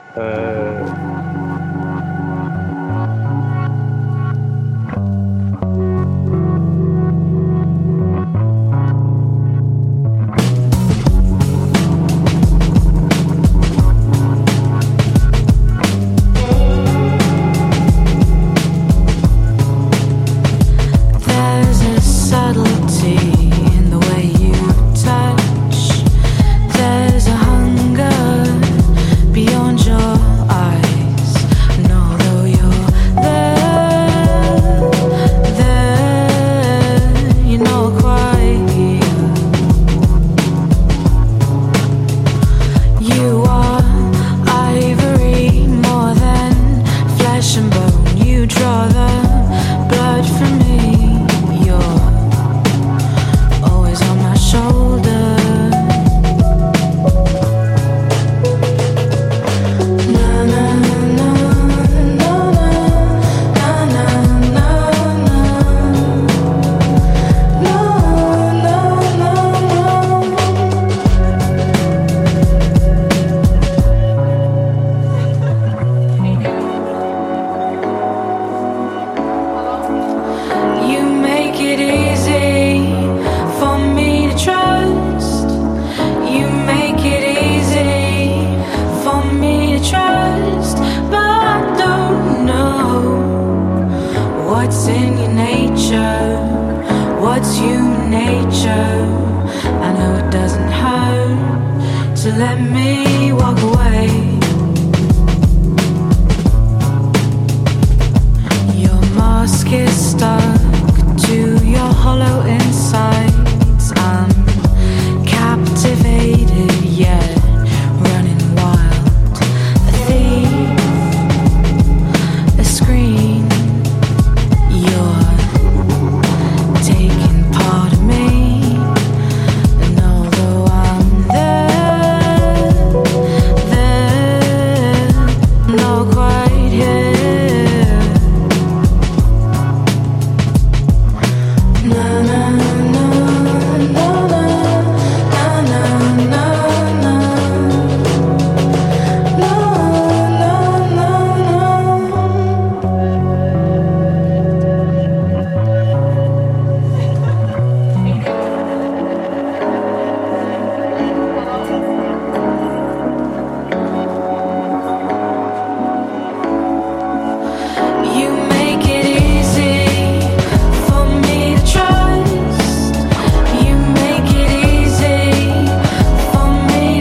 What's in your nature? What's human nature? I know it doesn't hurt, so let me walk away.